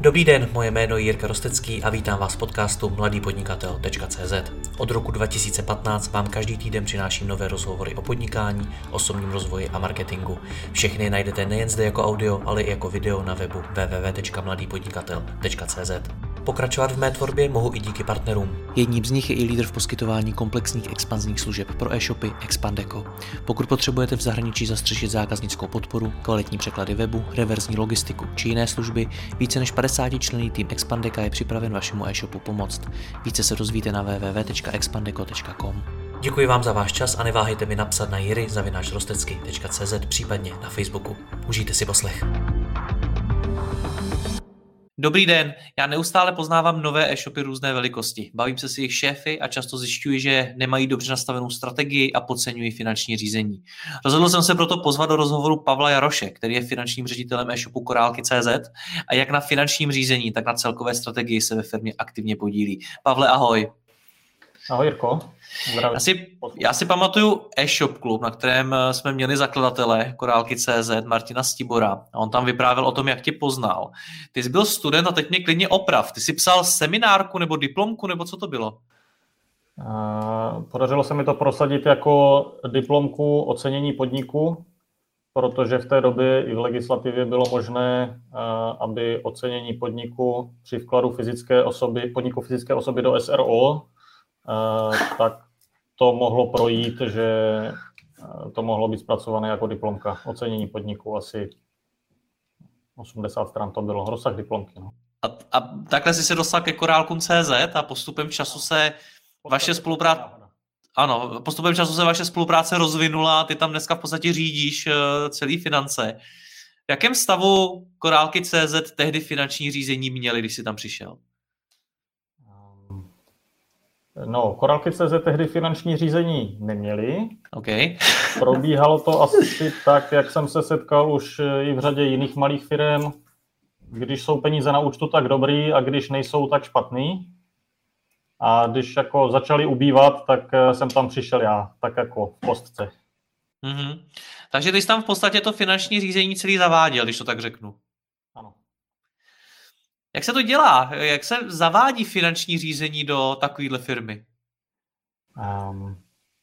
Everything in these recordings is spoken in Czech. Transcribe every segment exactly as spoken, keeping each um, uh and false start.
Dobrý den, moje jméno je Jirka Rostecký a vítám vás v podcastu mladý podnikatel tečka cé zet. Od roku dva tisíce patnáct vám každý týden přináším nové rozhovory o podnikání, osobním rozvoji a marketingu. Všechny najdete nejen zde jako audio, ale i jako video na webu w w w tečka mladý podnikatel tečka cé zet. Pokračovat v mé tvorbě mohu i díky partnerům. Jedním z nich je i lídr v poskytování komplexních expanzních služeb pro e-shopy Expandeco. Pokud potřebujete v zahraničí zastřešit zákaznickou podporu, kvalitní překlady webu, reverzní logistiku či jiné služby, více než padesátičlenný tým Expandeca je připraven vašemu e-shopu pomoct. Více se dozvíte na w w w tečka expandeco tečka com. Děkuji vám za váš čas a neváhejte mi napsat na jiry zavináč rostecky tečka cé zet, případně na Facebooku. Užijte si poslech. Dobrý den, já neustále poznávám nové e-shopy různé velikosti. Bavím se s jejich šéfy a často zjišťuji, že nemají dobře nastavenou strategii a podceňují finanční řízení. Rozhodl jsem se proto pozvat do rozhovoru Pavla Jaroše, který je finančním ředitelem e-shopu Korálky tečka cé zet a jak na finančním řízení, tak na celkové strategii se ve firmě aktivně podílí. Pavle, ahoj. Ahoj Jirko. Já si, já si pamatuju e-shop klub, na kterém jsme měli zakladatele Korálky tečka cé zet, Martina Stibora. A on tam vyprávěl o tom, jak tě poznal. Ty jsi byl student a teď mě klidně oprav. Ty jsi psal seminárku nebo diplomku, nebo co to bylo? Podařilo se mi to prosadit jako diplomku ocenění podniku, protože v té době i v legislativě bylo možné, aby ocenění podniku při vkladu fyzické osoby, podniku fyzické osoby do es er o, tak to mohlo projít, že to mohlo být zpracované jako diplomka. Ocenění podniku asi osmdesát stran to bylo, rozsah diplomky. No. A, a takhle jsi se dostal ke Korálkům tečka cé zet a postupem času se vaše spolupráce... Ano, postupem času se vaše spolupráce rozvinula, ty tam dneska v podstatě řídíš celý finance. V jakém stavu Korálky tečka cé zet tehdy finanční řízení měli, když jsi tam přišel? No, Korálky tečka cé zet tehdy finanční řízení neměli. Okay. Probíhalo to asi tak, jak jsem se setkal už i v řadě jiných malých firem. Když jsou peníze na účtu, tak dobrý, a když nejsou, tak špatný. A když jako začali ubývat, tak jsem tam přišel já, tak jako v kostce. Mm-hmm. Takže ty jsi tam v podstatě to finanční řízení celý zaváděl, když to tak řeknu. Ano. Jak se to dělá? Jak se zavádí finanční řízení do takovéhle firmy? Um,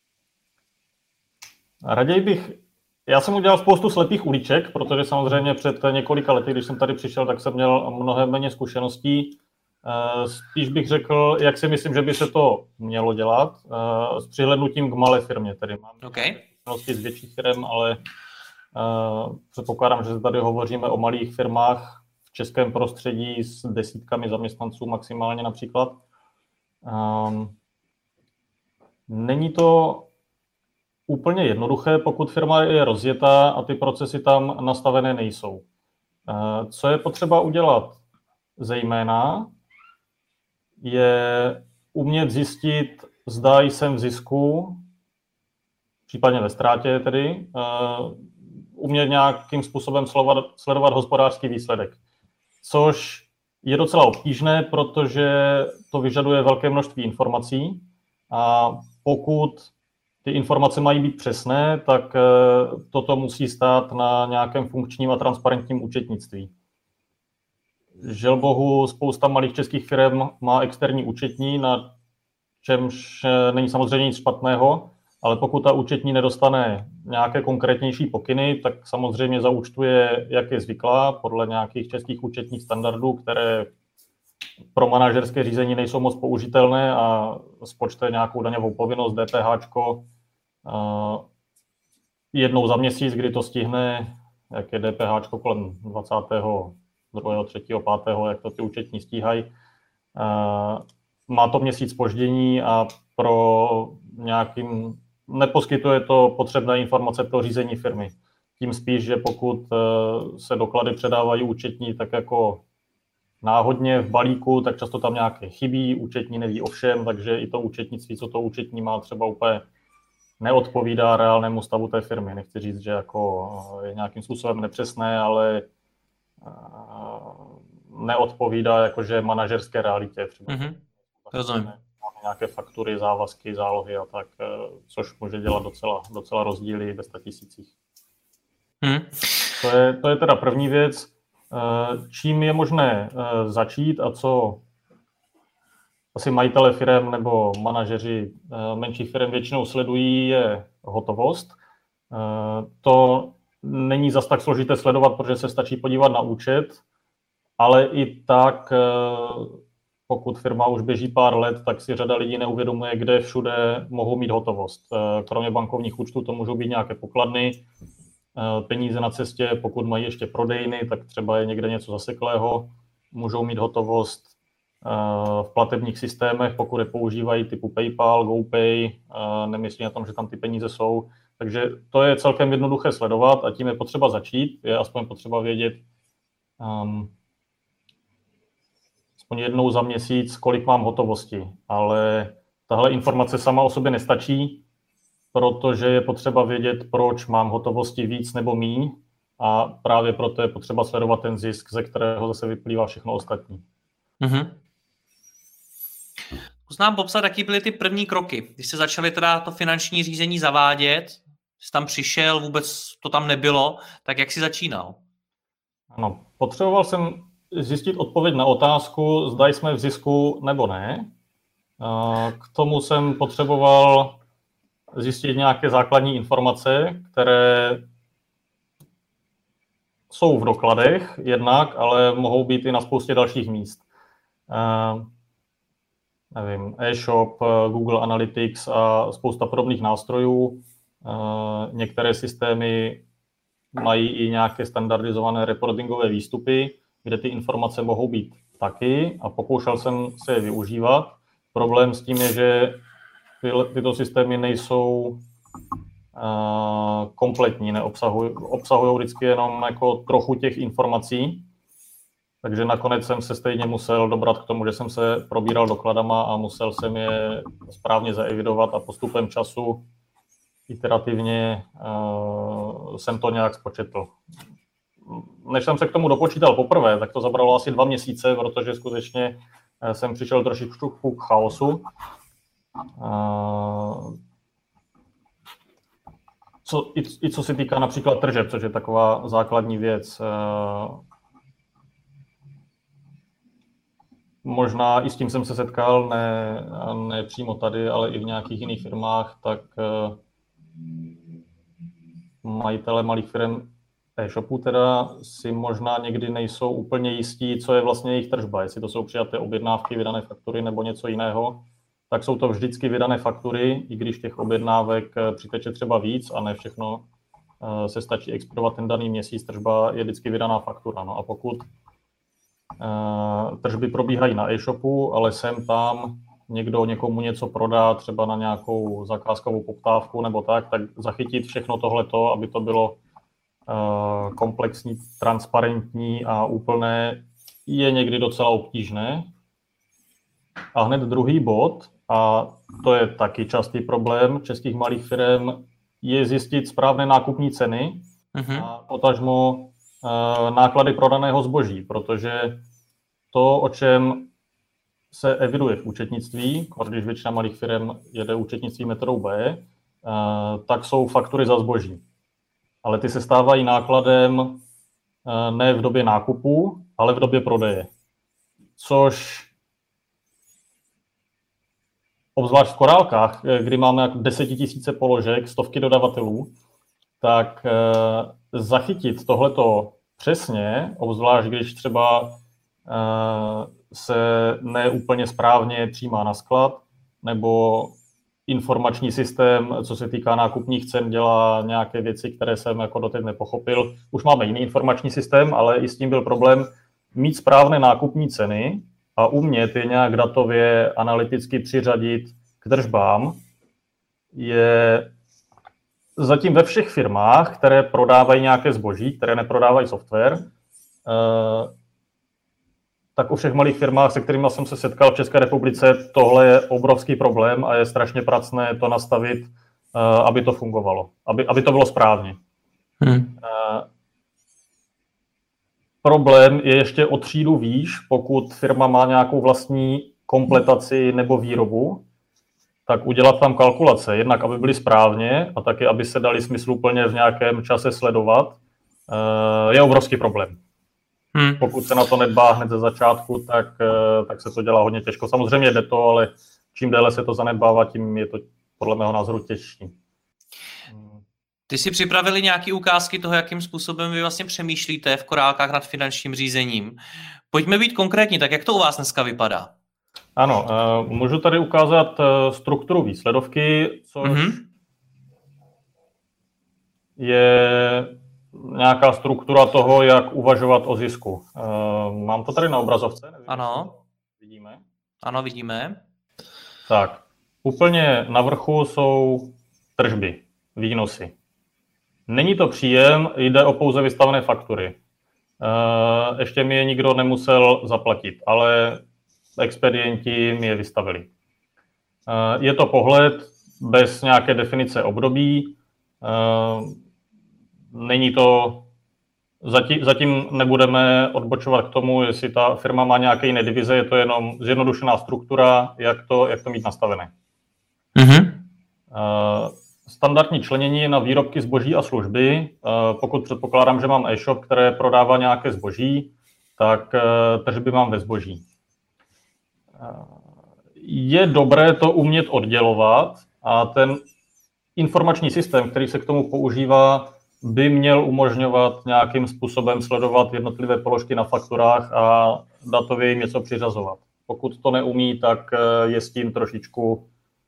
raději bych... Já jsem udělal spoustu slepých uliček, protože samozřejmě před několika lety, když jsem tady přišel, tak jsem měl mnohem méně zkušeností. Uh, spíš bych řekl, jak si myslím, že by se to mělo dělat, uh, s přihlednutím k malé firmě. Tedy mám okay. zkušenosti z větších firm, ale uh, předpokládám, že tady hovoříme o malých firmách v českém prostředí s desítkami zaměstnanců maximálně například. Um, není to úplně jednoduché, pokud firma je rozjetá a ty procesy tam nastavené nejsou. Uh, co je potřeba udělat zejména, je umět zjistit, zda jsem v zisku, případně ve ztrátě tedy, uh, umět nějakým způsobem sledovat, sledovat hospodářský výsledek. Což je docela obtížné, protože to vyžaduje velké množství informací a pokud ty informace mají být přesné, tak toto musí stát na nějakém funkčním a transparentním účetnictví. Žel bohu, spousta malých českých firm má externí účetní, na čemž není samozřejmě nic špatného, ale pokud ta účetní nedostane nějaké konkrétnější pokyny, tak samozřejmě zaúčtuje, jak je zvyklá, podle nějakých českých účetních standardů, které pro manažerské řízení nejsou moc použitelné, a spočte nějakou daňovou povinnost, DPHčko, jednou za měsíc, kdy to stihne, jak je DPHčko kolem dvacátého druhého, třetího, pátého jak to ty účetní stíhají. Má to měsíc zpoždění a pro nějakým neposkytuje to potřebné informace pro řízení firmy. Tím spíš, že pokud se doklady předávají účetní tak jako náhodně v balíku, tak často tam nějaké chybí, účetní neví o všem, takže i to účetnictví, co to účetní má, třeba úplně neodpovídá reálnému stavu té firmy. Nechci říct, že jako je nějakým způsobem nepřesné, ale neodpovídá jakože manažerské realitě. Třeba. Mm-hmm. Rozumím. Máme nějaké faktury, závazky, zálohy a tak, což může dělat docela, docela rozdíly ve statisících. Hmm. To je, to je teda první věc. čím je možné začít a co asi majitele firem nebo manažeři menších firm většinou sledují, je hotovost. To není zas tak složité sledovat, protože se stačí podívat na účet, ale i tak, pokud firma už běží pár let, tak si řada lidí neuvědomuje, kde všude mohou mít hotovost. Kromě bankovních účtů to můžou být nějaké pokladny, peníze na cestě, pokud mají ještě prodejny, tak třeba je někde něco zaseklého, můžou mít hotovost v platebních systémech, pokud je používají typu PayPal, GoPay, nemyslí na tom, že tam ty peníze jsou. Takže to je celkem jednoduché sledovat a tím je potřeba začít. Je aspoň potřeba vědět um, aspoň jednou za měsíc, kolik mám hotovosti. Ale tahle informace sama o sobě nestačí, protože je potřeba vědět, proč mám hotovosti víc nebo míň a právě proto je potřeba sledovat ten zisk, ze kterého zase vyplývá všechno ostatní. Mm-hmm. Zkusím popsat, jaký byly ty první kroky, když se začaly teda to finanční řízení zavádět, jsi tam přišel, vůbec to tam nebylo, tak jak jsi začínal? Ano, potřeboval jsem zjistit odpověď na otázku, zda jsme v zisku nebo ne. K tomu jsem potřeboval zjistit nějaké základní informace, které jsou v dokladech jednak, ale mohou být i na spoustě dalších míst. Nevím, e-shop, Google Analytics a spousta podobných nástrojů. Některé systémy mají i nějaké standardizované reportingové výstupy, kde ty informace mohou být taky a pokoušel jsem se je využívat. Problém s tím je, že ty, tyto systémy nejsou uh, kompletní, neobsahují obsahují vždycky jenom jako trochu těch informací, takže nakonec jsem se stejně musel dobrat k tomu, že jsem se probíral dokladama a musel jsem je správně zaevidovat a postupem času iterativně uh, jsem to nějak spočetl. Než jsem se k tomu dopočítal poprvé, tak to zabralo asi dva měsíce, protože skutečně jsem přišel trošičku k chaosu. Uh, co, i, I co se týká například tržeb, což je taková základní věc. Uh, možná i s tím jsem se setkal, ne, ne přímo tady, ale i v nějakých jiných firmách, tak uh, majitele malých firm e-shopů teda si možná někdy nejsou úplně jistí, co je vlastně jejich tržba, jestli to jsou přijaté objednávky, vydané faktury nebo něco jiného, tak jsou to vždycky vydané faktury, i když těch objednávek přiteče třeba víc a ne všechno se stačí expedovat ten daný měsíc, tržba je vždycky vydaná faktura. No a pokud tržby probíhají na e-shopu, ale sem tam někdo někomu něco prodá, třeba na nějakou zakázkovou poptávku nebo tak, tak zachytit všechno tohleto, aby to bylo komplexní, transparentní a úplné, je někdy docela obtížné. A hned druhý bod, a to je taky častý problém českých malých firm, je zjistit správné nákupní ceny mm-hmm. a potažmo uh, náklady prodaného zboží, protože to, o čem se eviduje v účetnictví, když většina malých firm jede účetnictví metodou B, uh, tak jsou faktury za zboží. Ale ty se stávají nákladem ne v době nákupu, ale v době prodeje. Což obzvlášť v korálkách, kdy máme desetitisíce položek, stovky dodavatelů, tak zachytit tohleto přesně, obzvlášť když třeba se neúplně správně přijímá na sklad, nebo informační systém, co se týká nákupních cen, dělá nějaké věci, které jsem jako doteď nepochopil. Už máme jiný informační systém, ale i s tím byl problém mít správné nákupní ceny a umět je nějak datově, analyticky přiřadit k tržbám. Je zatím ve všech firmách, které prodávají nějaké zboží, které neprodávají software, tak u všech malých firmách, se kterými jsem se setkal v České republice, tohle je obrovský problém a je strašně pracné to nastavit, aby to fungovalo, aby, aby to bylo správně. Hmm. Problém je ještě o třídu výš, pokud firma má nějakou vlastní kompletaci nebo výrobu, tak udělat tam kalkulace, jednak aby byly správně a taky, aby se dali smysluplně v nějakém čase sledovat, je obrovský problém. Hmm. Pokud se na to nedbá hned ze začátku, tak, tak se to dělá hodně těžko. Samozřejmě jde to, ale čím déle se to zanedbává, tím je to podle mého názoru těžší. Ty si připravili nějaké ukázky toho, jakým způsobem vy vlastně přemýšlíte v Korálkách nad finančním řízením. Pojďme být konkrétní, tak jak to u vás dneska vypadá? Ano, můžu tady ukázat strukturu výsledovky, což mm-hmm. je nějaká struktura toho, jak uvažovat o zisku. Mám to tady na obrazovce? Nevím, ano. Vidíme? Ano, vidíme. Tak, úplně na vrchu jsou tržby, výnosy. Není to příjem, jde o pouze vystavené faktury. Ještě mi je nikdo nemusel zaplatit, ale expedienti mi je vystavili. Je to pohled bez nějaké definice období. Není to, zatím, zatím nebudeme odbočovat k tomu, jestli ta firma má nějaké jiné divize, je to jenom zjednodušená struktura, jak to, jak to mít nastavené. Mm-hmm. Standardní členění na výrobky zboží a služby. Pokud předpokládám, že mám e-shop, které prodává nějaké zboží, tak tržby mám ve zboží. Je dobré to umět oddělovat a ten informační systém, který se k tomu používá, by měl umožňovat nějakým způsobem sledovat jednotlivé položky na fakturách a datově jim něco přiřazovat. Pokud to neumí, tak je s tím trošičku...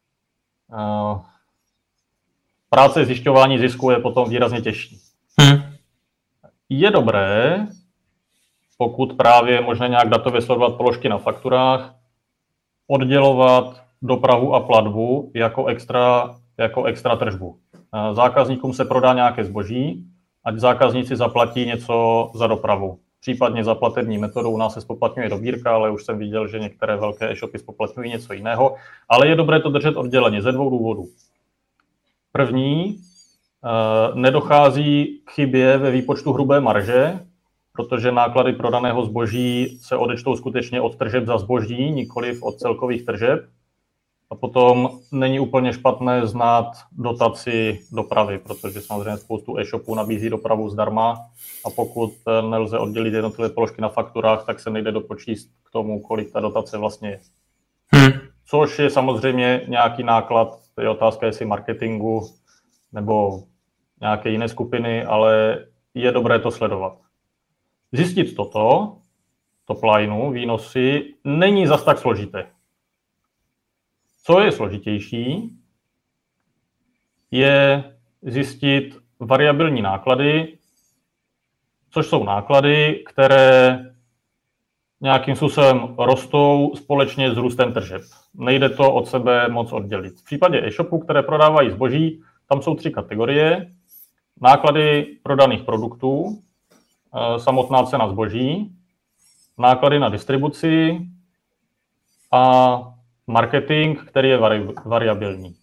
Práce zjišťování zisku je potom výrazně těžší. Hmm. Je dobré, pokud právě je možné nějak datově sledovat položky na fakturách, oddělovat dopravu a platbu jako extra, jako extra tržbu. Zákazníkům se prodá nějaké zboží, ať zákazníci zaplatí něco za dopravu. Případně za platební metodou u nás se spoplatňuje dobírka, ale už jsem viděl, že některé velké e-shopy spoplatňují něco jiného. Ale je dobré to držet odděleně ze dvou důvodů. První, nedochází k chybě ve výpočtu hrubé marže, protože náklady prodaného zboží se odečtou skutečně od tržeb za zboží, nikoliv od celkových tržeb. A potom není úplně špatné znát dotaci dopravy, protože samozřejmě spoustu e-shopů nabízí dopravu zdarma a pokud nelze oddělit jednotlivé položky na fakturách, tak se nejde dopočíst k tomu, kolik ta dotace vlastně je. Hmm. Což je samozřejmě nějaký náklad, to je otázka jestli marketingu nebo nějaké jiné skupiny, ale je dobré to sledovat. Zjistit toto, top lineu, výnosy, není zas tak složité. Co je složitější, je zjistit variabilní náklady, což jsou náklady, které nějakým způsobem rostou společně s růstem tržeb. Nejde to od sebe moc oddělit. V případě e-shopů, které prodávají zboží, tam jsou tři kategorie. Náklady prodaných produktů, samotná cena zboží, náklady na distribuci a marketing, který je vari- variabilní.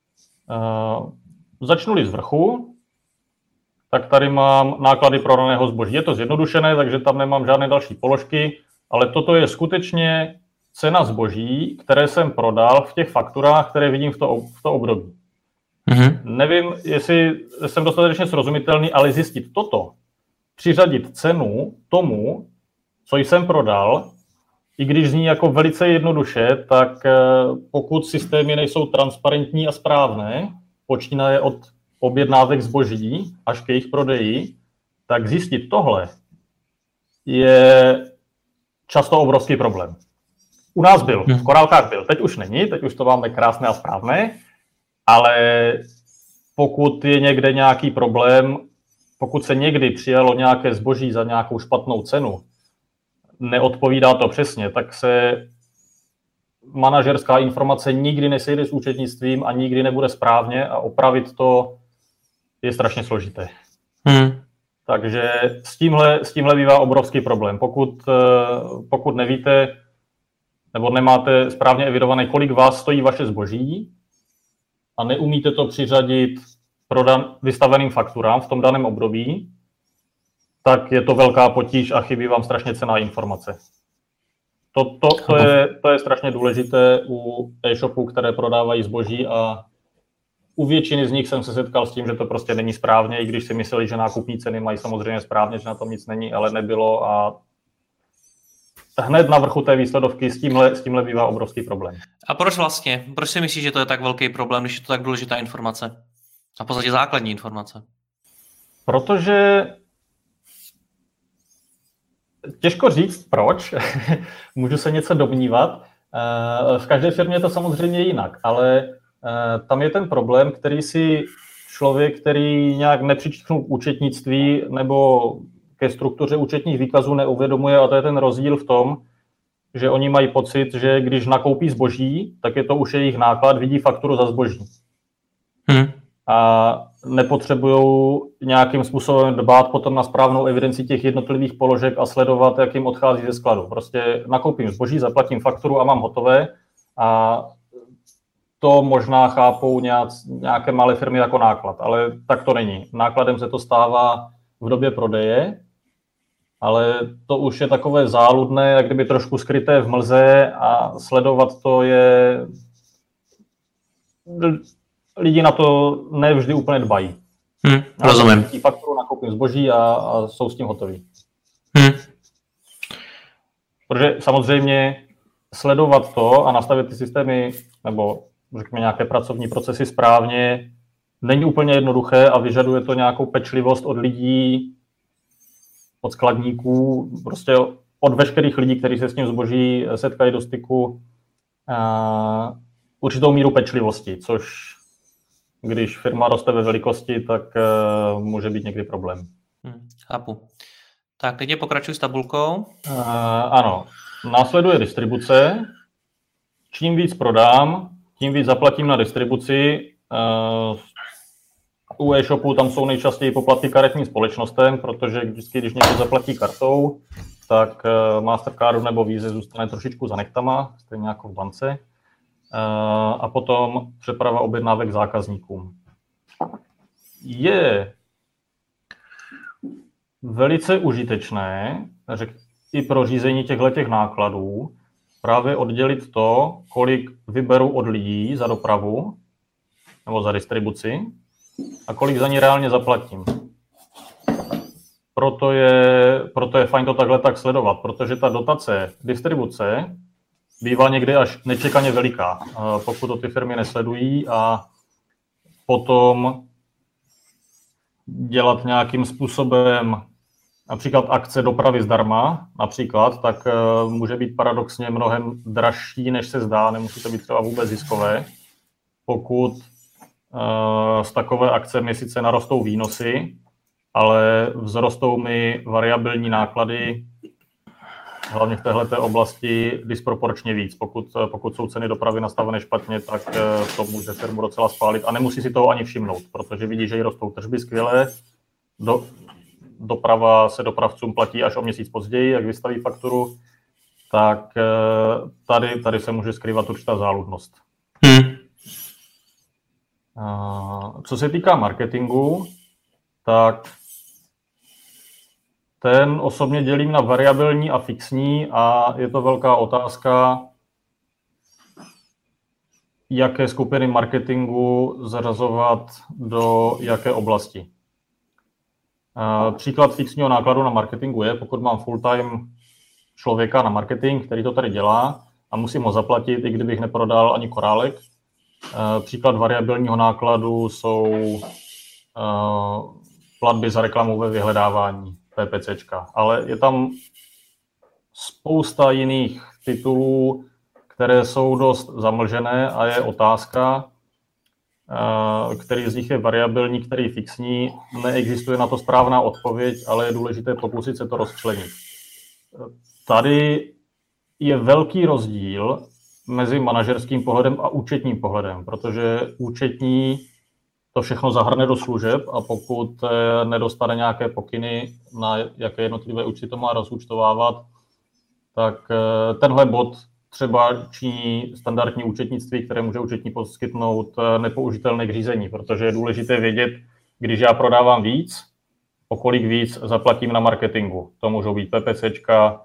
Začnu-li z vrchu, tak tady mám náklady prodaného zboží. Je to zjednodušené, takže tam nemám žádné další položky, ale toto je skutečně cena zboží, které jsem prodal v těch fakturách, které vidím v to, v to období. Mm-hmm. Nevím, jestli jsem dostatečně srozumitelný, ale zjistit toto, přiřadit cenu tomu, co jsem prodal, i když zní jako velice jednoduše, tak pokud systémy nejsou transparentní a správné, počínaje od objednávek zboží až k jejich prodeji, tak zjistit tohle je často obrovský problém. U nás byl, v Korálkách byl, teď už není, teď už to máme krásné a správné, ale pokud je někde nějaký problém, pokud se někdy přijalo nějaké zboží za nějakou špatnou cenu, neodpovídá to přesně, tak se manažerská informace nikdy nesejde s účetnictvím a nikdy nebude správně a opravit to je strašně složité. Hmm. Takže s tímhle, s tímhle bývá obrovský problém. Pokud, pokud nevíte nebo nemáte správně evidované, kolik vás stojí vaše zboží a neumíte to přiřadit prodan, vystaveným fakturám v tom daném období, tak je to velká potíž a chybí vám strašně cenná informace. To, to, to, je, to je strašně důležité u e-shopů, které prodávají zboží a u většiny z nich jsem se setkal s tím, že to prostě není správně, i když si mysleli, že nákupní ceny mají samozřejmě správně, že na tom nic není, ale nebylo a hned na vrchu té výsledovky s tímhle, s tímhle bývá obrovský problém. A proč vlastně? Proč si myslíš, že to je tak velký problém, když je to tak důležitá informace? A v podstatě základní informace. Protože těžko říct, proč. Můžu se něco domnívat. V každé firmě je to samozřejmě jinak, ale tam je ten problém, který si člověk, který nějak nepřičknul k účetnictví nebo ke struktuře účetních výkazů neuvědomuje, a to je ten rozdíl v tom, že oni mají pocit, že když nakoupí zboží, tak je to už jejich náklad, vidí fakturu za zboží. Hmm. A nepotřebují nějakým způsobem dbát potom na správnou evidenci těch jednotlivých položek a sledovat, jak jim odchází ze skladu. Prostě nakoupím zboží, zaplatím fakturu a mám hotové. A to možná chápou nějaké malé firmy jako náklad, ale tak to není. Nákladem se to stává v době prodeje, ale to už je takové záludné, jak kdyby trošku skryté v mlze a sledovat to je... Lidi na to nevždy úplně dbají. Hmm, rozumím. Fakturu, nakoupím zboží a, a jsou s tím hotoví. Hmm. Protože samozřejmě sledovat to a nastavit ty systémy, nebo řekněme nějaké pracovní procesy správně, není úplně jednoduché a vyžaduje to nějakou pečlivost od lidí, od skladníků, prostě od veškerých lidí, kteří se s tím zboží setkají do styku, a určitou míru pečlivosti, což když firma roste ve velikosti, tak uh, může být někdy problém. Hmm, chápu. Tak, teď je pokračuj s tabulkou. Uh, ano. Následuje distribuce. Čím víc prodám, tím víc zaplatím na distribuci. Uh, u e-shopu tam jsou nejčastěji poplatky karetním společnostem, protože vždycky, když někdo zaplatí kartou, tak uh, Mastercardu nebo Visa zůstane trošičku za nechtama, stejně jako v bance. A potom přeprava objednávek zákazníkům. Je velice užitečné, řek, i pro řízení těchto nákladů, právě oddělit to, kolik vyberu od lidí za dopravu nebo za distribuci a kolik za ní reálně zaplatím. Proto je, proto je fajn to takhle tak sledovat, protože ta dotace distribuce bývá někdy až nečekaně veliká, pokud to ty firmy nesledují, a potom dělat nějakým způsobem například akce dopravy zdarma, například, tak může být paradoxně mnohem dražší, než se zdá, nemusí to být třeba vůbec ziskové. Pokud z takové akce mi sice narostou výnosy, ale vzrostou mi variabilní náklady, hlavně v téhleté oblasti disproporčně víc. Pokud, pokud jsou ceny dopravy nastavené špatně, tak to může firmu docela spálit a nemusí si toho ani všimnout, protože vidí, že jí rostou tržby skvěle. Do, doprava se dopravcům platí až o měsíc později, jak vystaví fakturu, tak tady, tady se může skrývat určitá záludnost. Hmm. Co se týká marketingu, tak ten osobně dělím na variabilní a fixní a je to velká otázka, jaké skupiny marketingu zařazovat do jaké oblasti. Příklad fixního nákladu na marketingu je, pokud mám full-time člověka na marketing, který to tady dělá a musím ho zaplatit, i kdybych neprodal ani korálek. Příklad variabilního nákladu jsou platby za reklamu ve vyhledávání. PPCčka, ale je tam spousta jiných titulů, které jsou dost zamlžené a je otázka, který z nich je variabilní, který fixní. Neexistuje na to správná odpověď, ale je důležité pokusit se to rozčlenit. Tady je velký rozdíl mezi manažerským pohledem a účetním pohledem, protože účetní to všechno zahrne do služeb a pokud nedostane nějaké pokyny, na jaké jednotlivé účty to má rozúčtovávat, tak tenhle bod třeba činí standardní účetnictví, které může účetní poskytnout, nepoužitelné k řízení, protože je důležité vědět, když já prodávám víc, o kolik víc zaplatím na marketingu. To můžou být PPCčka,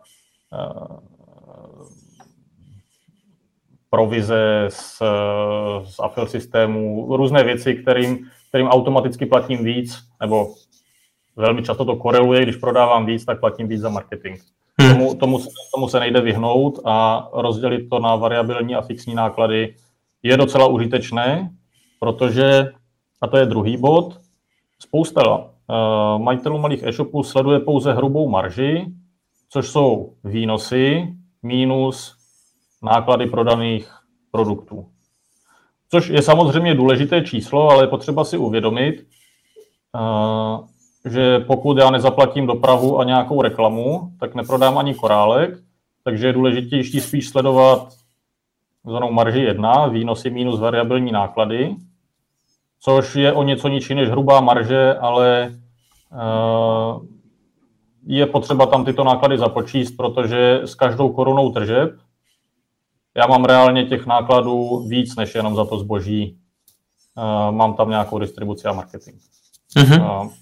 provize z, z affiliate systému, různé věci, kterým, kterým automaticky platím víc, nebo velmi často to koreluje, když prodávám víc, tak platím víc za marketing. Hmm. Tomu, tomu, tomu se nejde vyhnout a rozdělit to na variabilní a fixní náklady je docela užitečné, protože, a to je druhý bod, spousta uh, majitelů malých e-shopů sleduje pouze hrubou marži, což jsou výnosy minus náklady prodaných produktů. Což je samozřejmě důležité číslo, ale je potřeba si uvědomit, uh, že pokud já nezaplatím dopravu a nějakou reklamu, tak neprodám ani korálek, takže je důležitější spíš sledovat zvanou marži jedna, výnosy minus variabilní náklady, což je o něco nižší než hrubá marže, ale uh, je potřeba tam tyto náklady započíst, protože s každou korunou tržeb já mám reálně těch nákladů víc, než jenom za to zboží. Uh, mám tam nějakou distribuci a marketing. Mm-hmm. Uh,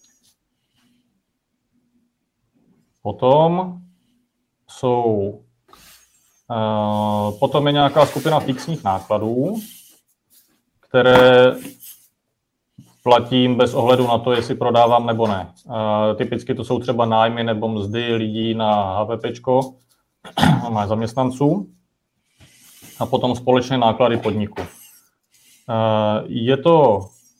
potom jsou uh, potom je nějaká skupina fixních nákladů, které platím bez ohledu na to, jestli prodávám nebo ne. Uh, typicky to jsou třeba nájmy nebo mzdy lidí na HVPčko, má zaměstnanců, a potom společné náklady podniku. Uh, je to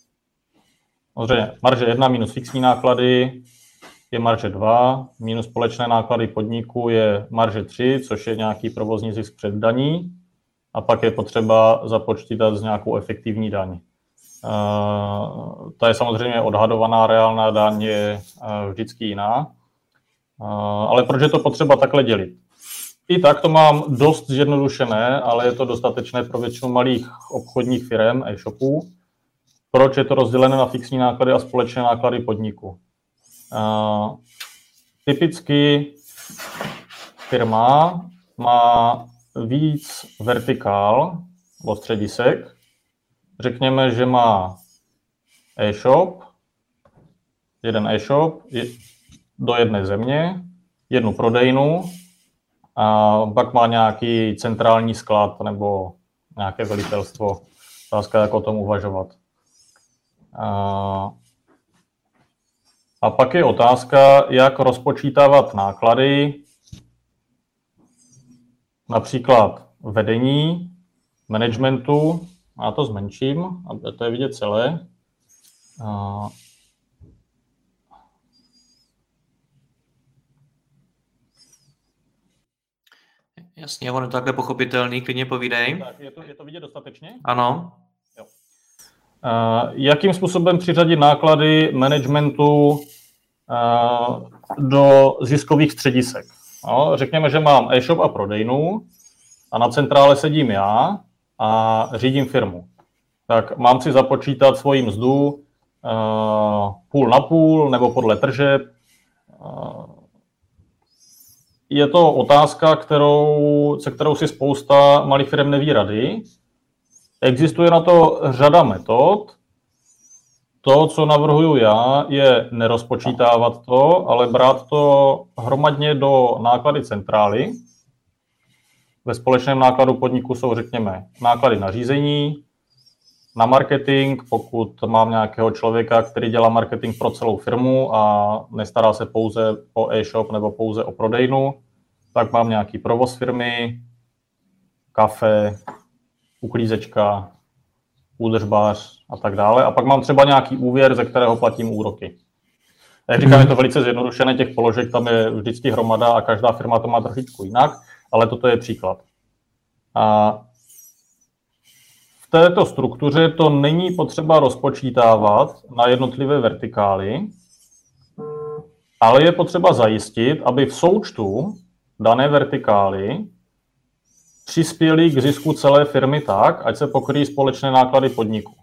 marže jedna minus fixní náklady je marže dva, minus společné náklady podniku je marže tři, což je nějaký provozní zisk před daní, a pak je potřeba započítat z nějakou efektivní daň. Uh, ta je samozřejmě odhadovaná, reálná daň je uh, vždycky jiná. Uh, ale proč je to potřeba takhle dělit? I tak to mám dost zjednodušené, ale je to dostatečné pro většinu malých obchodních firem, e-shopů. Proč je to rozdělené na fixní náklady a společné náklady podniku? Uh, typicky firma má víc vertikál od středisek. Řekněme, že má e-shop, jeden e-shop je, do jedné země, jednu prodejnu a pak má nějaký centrální sklad nebo nějaké velitelstvo. Otázka, jak o tom uvažovat. A, a pak je otázka, jak rozpočítávat náklady, například vedení, managementu. Já to zmenším, aby to je vidět celé. A, Jasně, ono je to takhle pochopitelný, klidně povídej. Tak, je to, je to vidět dostatečně? Ano. Jo. Uh, jakým způsobem přiřadit náklady managementu uh, do ziskových středisek? No, řekněme, že mám e-shop a prodejnu a na centrále sedím já a řídím firmu. Tak mám si započítat svoji mzdu uh, půl na půl nebo podle tržeb. Uh, Je to otázka, kterou, se kterou si spousta malých firm neví rady. Existuje na to řada metod. To, co navrhuju já, je nerozpočítávat to, ale brát to hromadně do náklady centrály. Ve společném nákladu podniku jsou, řekněme, náklady na řízení, na marketing, pokud mám nějakého člověka, který dělá marketing pro celou firmu a nestará se pouze o e-shop nebo pouze o prodejnu, tak mám nějaký provoz firmy, kafe, uklízečka, údržbář a tak dále. A pak mám třeba nějaký úvěr, ze kterého platím úroky. Jak říkám, je to velice zjednodušené, těch položek tam je vždycky hromada a každá firma to má trošičku jinak, ale toto je příklad. A v této struktuře to není potřeba rozpočítávat na jednotlivé vertikály, ale je potřeba zajistit, aby v součtu dané vertikály přispěly k zisku celé firmy tak, ať se pokryjí společné náklady podniku.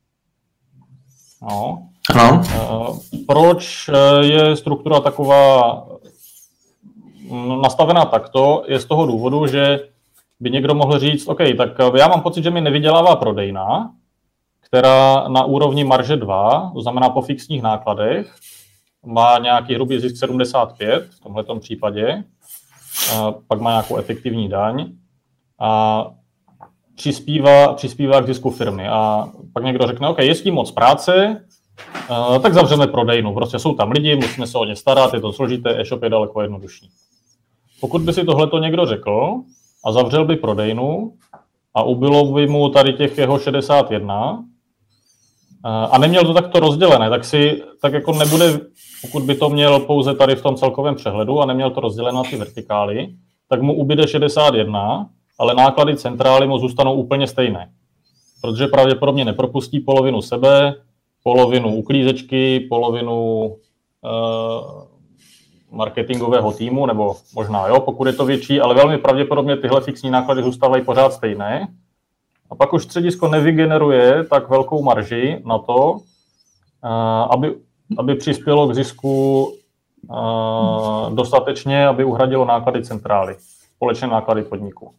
No. No. Proč je struktura taková nastavená takto? Je z toho důvodu, že by někdo mohl říct, OK, tak já mám pocit, že mi nevydělává prodejna, která na úrovni marže dva, to znamená po fixních nákladech, má nějaký hrubý zisk sedmdesát pět v tomhletom případě, a pak má nějakou efektivní daň a přispívá, přispívá k zisku firmy. A pak někdo řekne, OK, je s tím moc práce, tak zavřeme prodejnu. Prostě jsou tam lidi, musíme se o ně starat, je to složité, e-shop je daleko jednodušší. Pokud by si tohleto někdo řekl a zavřel by prodejnu a ubylo by mu tady těch jeho šedesát jedna a neměl to takto rozdělené, tak si tak jako nebude, pokud by to měl pouze tady v tom celkovém přehledu a neměl to rozdělené na ty vertikály, tak mu ubyde šedesát jedna, ale náklady centrály mu zůstanou úplně stejné. Protože pravděpodobně nepropustí polovinu sebe, polovinu uklízečky, polovinu uh, marketingového týmu, nebo možná jo, pokud je to větší, ale velmi pravděpodobně tyhle fixní náklady zůstávají pořád stejné. A pak už středisko nevygeneruje tak velkou marži na to, uh, aby, aby přispělo k zisku uh, dostatečně, aby uhradilo náklady centrály, společné náklady podniku.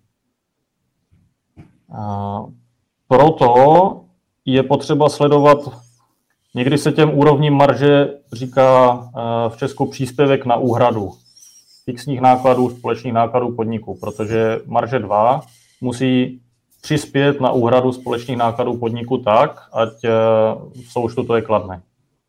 Uh, proto je potřeba sledovat, někdy se těm úrovním marže říká uh, v Česku příspěvek na úhradu fixních nákladů, společných nákladů podniku, protože marže dva musí přispět na úhradu společných nákladů podniku tak, ať v součtu to je kladné.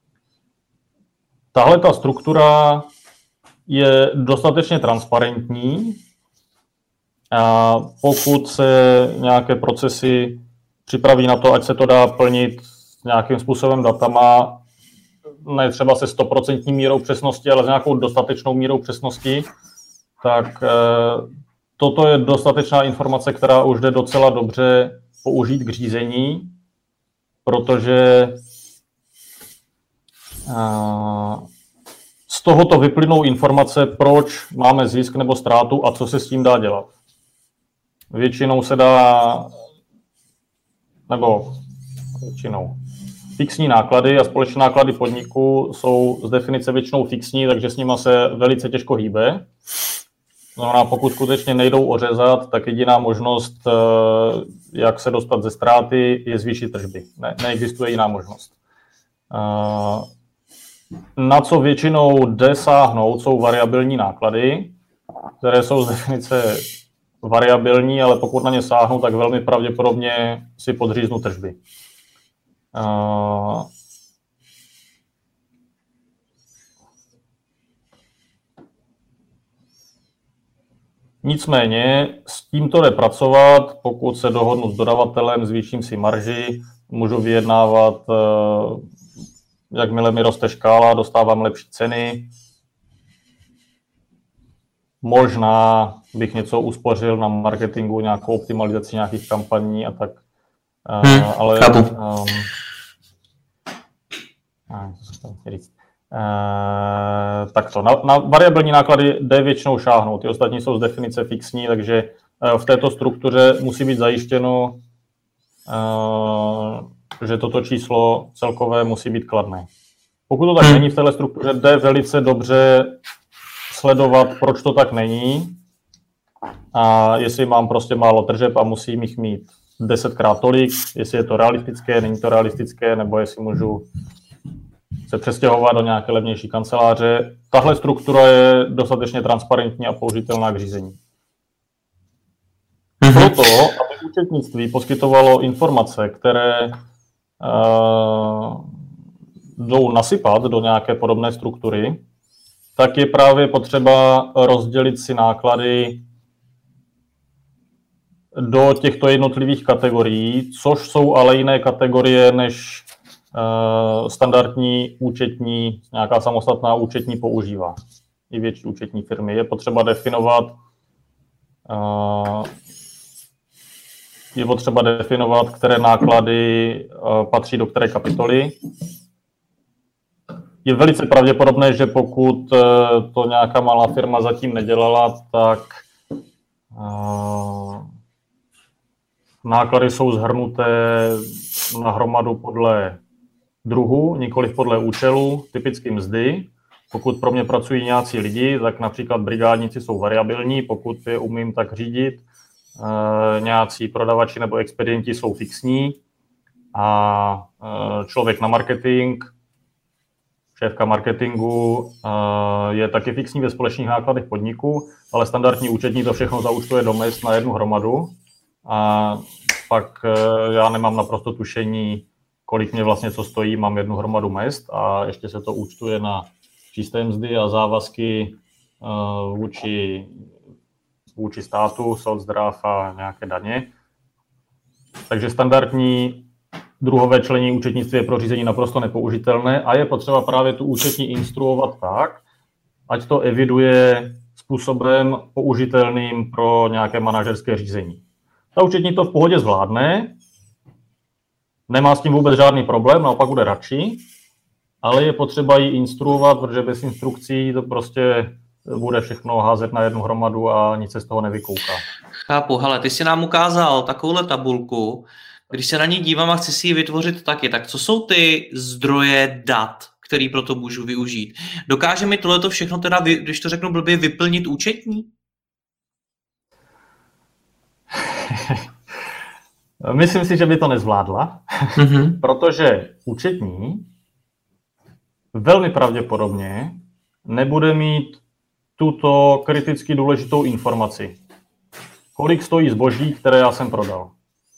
Tahle ta struktura je dostatečně transparentní. A pokud se nějaké procesy připraví na to, ať se to dá plnit nějakým způsobem datama, ne třeba se stoprocentní mírou přesnosti, ale s nějakou dostatečnou mírou přesnosti, tak toto je dostatečná informace, která už jde docela dobře použít k řízení, protože z tohoto vyplynou informace, proč máme zisk nebo ztrátu a co se s tím dá dělat. Většinou se dá, nebo většinou, fixní náklady a společné náklady podniku jsou z definice většinou fixní, takže s nimi se velice těžko hýbe. Znamená, pokud skutečně nejdou ořezat, tak jediná možnost, jak se dostat ze ztráty, je zvýšit tržby. Ne, neexistuje jiná možnost. Na co většinou jde sáhnout, jsou variabilní náklady, které jsou z definice variabilní, ale pokud na ně sáhnou, tak velmi pravděpodobně si podříznu tržby. Nicméně s tímto jde pracovat, pokud se dohodnu s dodavatelem, zvýším si marži, můžu vyjednávat, jakmile mi roste škála, dostávám lepší ceny. Možná bych něco uspořil na marketingu, nějakou optimalizaci nějakých kampaní a tak. Hmm, ale um, Uh, takto. Na, na variabilní náklady jde většinou šáhnout, ty ostatní jsou z definice fixní, takže uh, v této struktuře musí být zajištěno, uh, že toto číslo celkové musí být kladné. Pokud to tak hmm. není v této struktuře, jde velice dobře sledovat, proč to tak není a jestli mám prostě málo tržeb a musím jich mít desetkrát tolik, jestli je to realistické, není to realistické, nebo jestli můžu se přestěhovat do nějaké levnější kanceláře. Tahle struktura je dostatečně transparentní a použitelná k řízení. Mm-hmm. Proto, aby účetnictví poskytovalo informace, které uh, jdou nasypat do nějaké podobné struktury, tak je právě potřeba rozdělit si náklady do těchto jednotlivých kategorií, což jsou ale jiné kategorie než standardní účetní, nějaká samostatná účetní používá. I větší účetní firmy. Je potřeba definovat, je potřeba definovat, které náklady patří do které kapitoly. Je velice pravděpodobné, že pokud to nějaká malá firma zatím nedělala, tak náklady jsou shrnuté na hromadu podle druhu, nikoliv podle účelu, typicky mzdy. Pokud pro mě pracují nějací lidi, tak například brigádníci jsou variabilní, pokud je umím tak řídit. E, nějací prodavači nebo expedienti jsou fixní a e, člověk na marketing, šéfka marketingu e, je taky fixní ve společných nákladech podniku, ale standardní účetní to všechno zaúčtuje do mezd na jednu hromadu a pak e, já nemám naprosto tušení, kolik mě vlastně co stojí, mám jednu hromadu mezd a ještě se to účtuje na čisté mzdy a závazky uh, vůči vůči státu, soцздрав a nějaké daně. Takže standardní druhové členění účetnictví je pro řízení naprosto nepoužitelné a je potřeba právě tu účetní instruovat tak, ať to eviduje způsobem použitelným pro nějaké manažerské řízení. Ta účetní to v pohodě zvládne, nemá s tím vůbec žádný problém, naopak bude radši, ale je potřeba ji instruovat, protože bez instrukcí to prostě bude všechno házet na jednu hromadu a nic se z toho nevykouká. Chápu, hele, ty jsi nám ukázal takovouhle tabulku, když se na ní dívám a chci si ji vytvořit taky, tak co jsou ty zdroje dat, který pro to můžu využít? Dokáže mi tohleto všechno teda, když to řeknu blbě, vyplnit účetní? Myslím si, že by to nezvládla, mm-hmm. protože účetní velmi pravděpodobně nebude mít tuto kriticky důležitou informaci. Kolik stojí zboží, které já jsem prodal.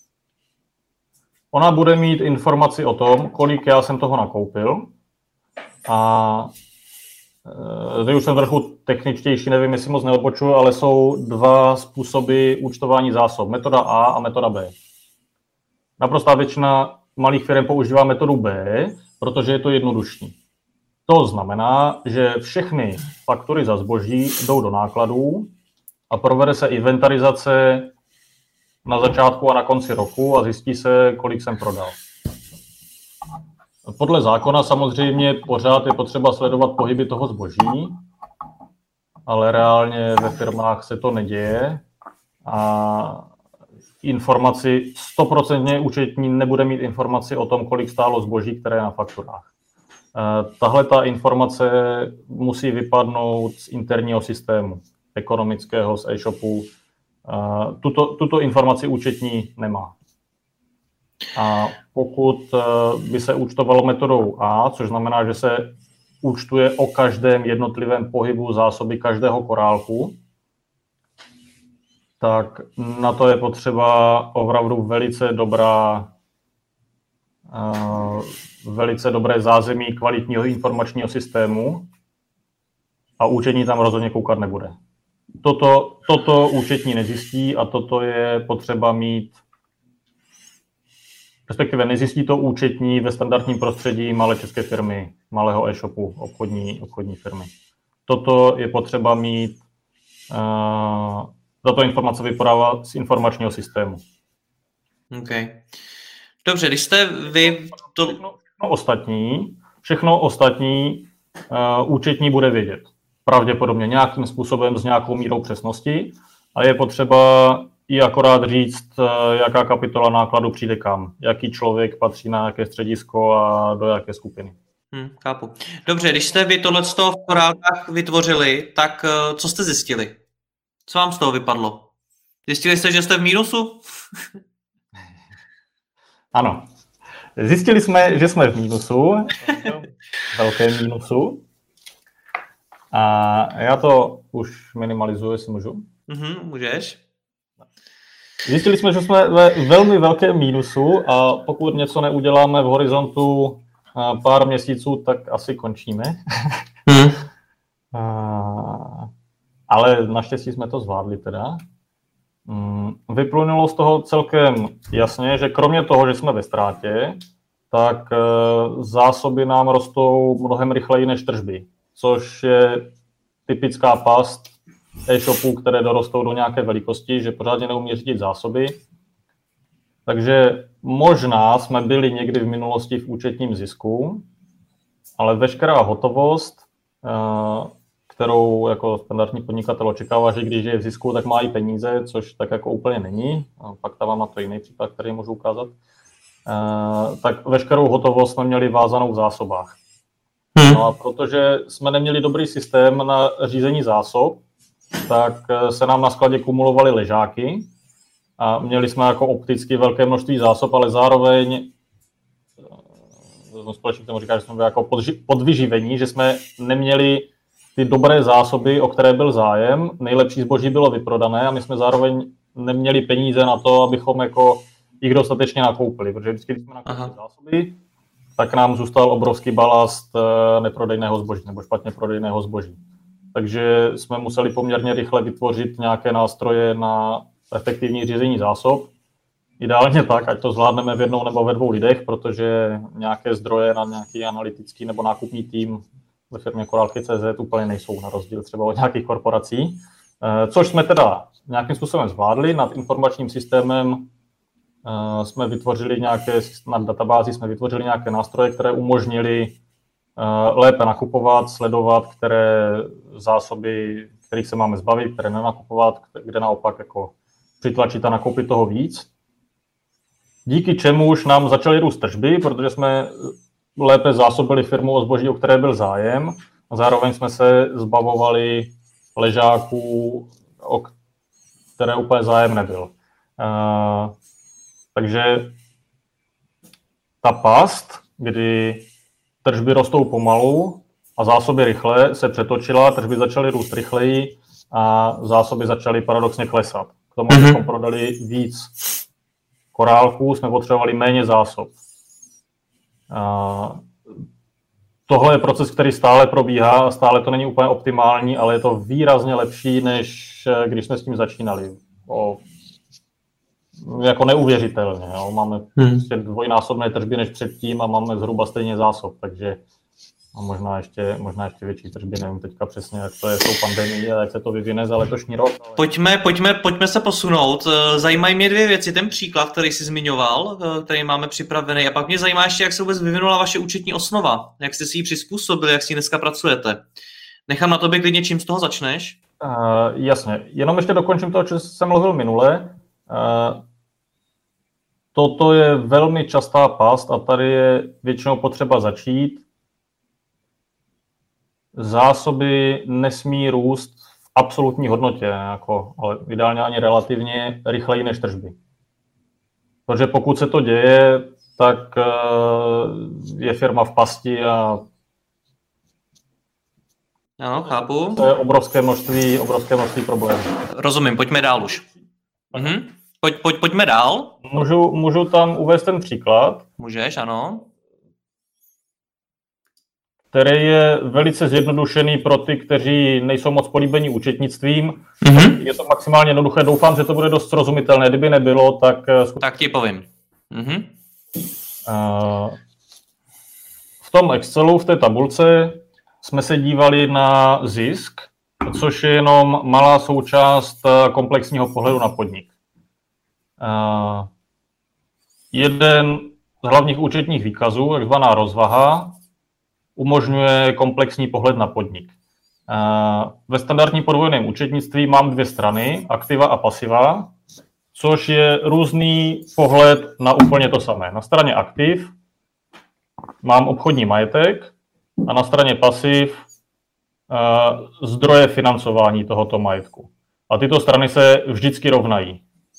Ona bude mít informaci o tom, kolik já jsem toho nakoupil. A zde už jsem trochu techničtější, nevím, jestli moc neodbočuju, ale jsou dva způsoby účtování zásob. Metoda A a metoda B. Naprostá většina malých firm používá metodu B, protože je to jednodušší. To znamená, že všechny faktury za zboží jdou do nákladů a provede se inventarizace na začátku a na konci roku a zjistí se, kolik jsem prodal. Podle zákona samozřejmě pořád je potřeba sledovat pohyby toho zboží, ale reálně ve firmách se to neděje a informaci, stoprocentně účetní nebude mít informaci o tom, kolik stálo zboží, které je na fakturách. Tahle ta informace musí vypadnout z interního systému, ekonomického, z e-shopu. Tuto, tuto informaci účetní nemá. A pokud by se účtovalo metodou A, což znamená, že se účtuje o každém jednotlivém pohybu zásoby každého korálku, tak na to je potřeba opravdu velice dobrá, velice dobré zázemí kvalitního informačního systému a účetní tam rozhodně koukat nebude. Toto, toto účetní nezjistí a toto je potřeba mít, respektive nezjistí to účetní ve standardním prostředí malé české firmy, malého e-shopu, obchodní, obchodní firmy. Toto je potřeba mít, uh, tato informace vypadává z informačního systému. OK. Dobře, když jste vy... To... Všechno, všechno ostatní, všechno ostatní uh, účetní bude vědět. Pravděpodobně nějakým způsobem s nějakou mírou přesnosti a je potřeba i akorát říct, jaká kapitola nákladu přijde kam, jaký člověk patří na jaké středisko a do jaké skupiny. Hmm, chápu. Dobře, když jste vy tohleto v korálkách vytvořili, tak co jste zjistili? Co vám z toho vypadlo? Zjistili jste, že jste v mínusu? Ano. Zjistili jsme, že jsme v mínusu, velkém mínusu. A já to už minimalizuji, jestli můžu. Mm-hmm, můžeš. Zjistili jsme, že jsme ve velmi velkém mínusu a pokud něco neuděláme v horizontu pár měsíců, tak asi končíme. Mm. Ale naštěstí jsme to zvládli teda. Vyplynulo z toho celkem jasně, že kromě toho, že jsme ve ztrátě, tak zásoby nám rostou mnohem rychleji než tržby, což je typická past e-shopů, které dorostou do nějaké velikosti, že pořádně neumí řídit zásoby. Takže možná jsme byli někdy v minulosti v účetním zisku, ale veškerá hotovost, kterou jako standardní podnikatel očekává, že když je v zisku, tak má i peníze, což tak jako úplně není. Pak tam mám na to jiný příklad, který můžu ukázat. Tak veškerou hotovost jsme měli vázanou v zásobách. No a protože jsme neměli dobrý systém na řízení zásob, tak se nám na skladě kumulovaly ležáky a měli jsme jako opticky velké množství zásob, ale zároveň společník tomu říká, že jsme byli jako podvyživení, že jsme neměli ty dobré zásoby, o které byl zájem, nejlepší zboží bylo vyprodané a my jsme zároveň neměli peníze na to, abychom jako jich dostatečně nakoupili, protože vždycky, když jsme nakoupili Aha. zásoby, tak nám zůstal obrovský balast neprodejného zboží nebo špatně prodejného zboží. takže jsme museli poměrně rychle vytvořit nějaké nástroje na efektivní řízení zásob. Ideálně tak, ať to zvládneme v jednou nebo ve dvou lidech, protože nějaké zdroje na nějaký analytický nebo nákupní tým ve firmě Korálky tečka cé zet úplně nejsou, na rozdíl třeba od nějakých korporací. Což jsme teda nějakým způsobem zvládli. Nad informačním systémem jsme vytvořili nějaké, nad databází jsme vytvořili nějaké nástroje, které umožnily lépe nakupovat, sledovat, které zásoby, kterých se máme zbavit, které nenakupovat, kde naopak jako přitlačit a nakoupit toho víc. Díky čemuž nám začaly růst tržby, protože jsme lépe zásobili firmu o zboží, o které byl zájem, a zároveň jsme se zbavovali ležáků, o které úplně zájem nebyl. Uh, takže ta past, kdy tržby rostou pomalu a zásoby rychle, se přetočila, tržby začaly růst rychleji a zásoby začaly paradoxně klesat. K tomu, abychom mm-hmm. prodali víc korálků, jsme potřebovali méně zásob. Uh, tohle je proces, který stále probíhá a stále to není úplně optimální, ale je to výrazně lepší, než když jsme s tím začínali. O, jako neuvěřitelně. Jo. Máme hmm. dvojnásobné tržby než předtím a máme zhruba stejně zásob, takže a možná ještě, možná ještě větší tržby, nevím teďka přesně, jak to je s tou pandemií a jak se to vyvine za letošní rok. Ale... Pojďme, pojďme, pojďme se posunout. Zajímají mě dvě věci. Ten příklad, který jsi zmiňoval, který máme připravený, a pak mě zajímá ještě, jak se vůbec vyvinula vaše účetní osnova, jak jste si ji přizpůsobili, jak si ji dneska pracujete. Nechám na tobě klidně, čím z toho začneš. Uh, jasně, jenom ještě dokončím toho, co jsem mluvil minule. Uh, toto je velmi častá past a tady je většinou potřeba začít. Zásoby nesmí růst v absolutní hodnotě, jako, ale ideálně ani relativně rychleji než tržby. Protože pokud se to děje, tak je firma v pasti a ano, chápu. To je obrovské množství, obrovské množství problémů. Rozumím, pojďme dál už. Mhm. Pojď, pojď, pojďme dál. Můžu, můžu tam uvést ten příklad? Můžeš, ano. Který je velice zjednodušený pro ty, kteří nejsou moc políbení účetnictvím. Mm-hmm. Je to maximálně jednoduché, doufám, že to bude dost srozumitelné. Kdyby nebylo, tak... Tak ti povím. Mm-hmm. V tom Excelu, v té tabulce, jsme se dívali na zisk, což je jenom malá součást komplexního pohledu na podnik. Jeden z hlavních účetních výkazů, takzvaná rozvaha, umožňuje komplexní pohled na podnik. Ve standardním podvojném účetnictví mám dvě strany, aktiva a pasiva, což je různý pohled na úplně to samé. Na straně aktiv mám obchodní majetek a na straně pasiv zdroje financování tohoto majetku. A tyto strany se vždycky rovnají.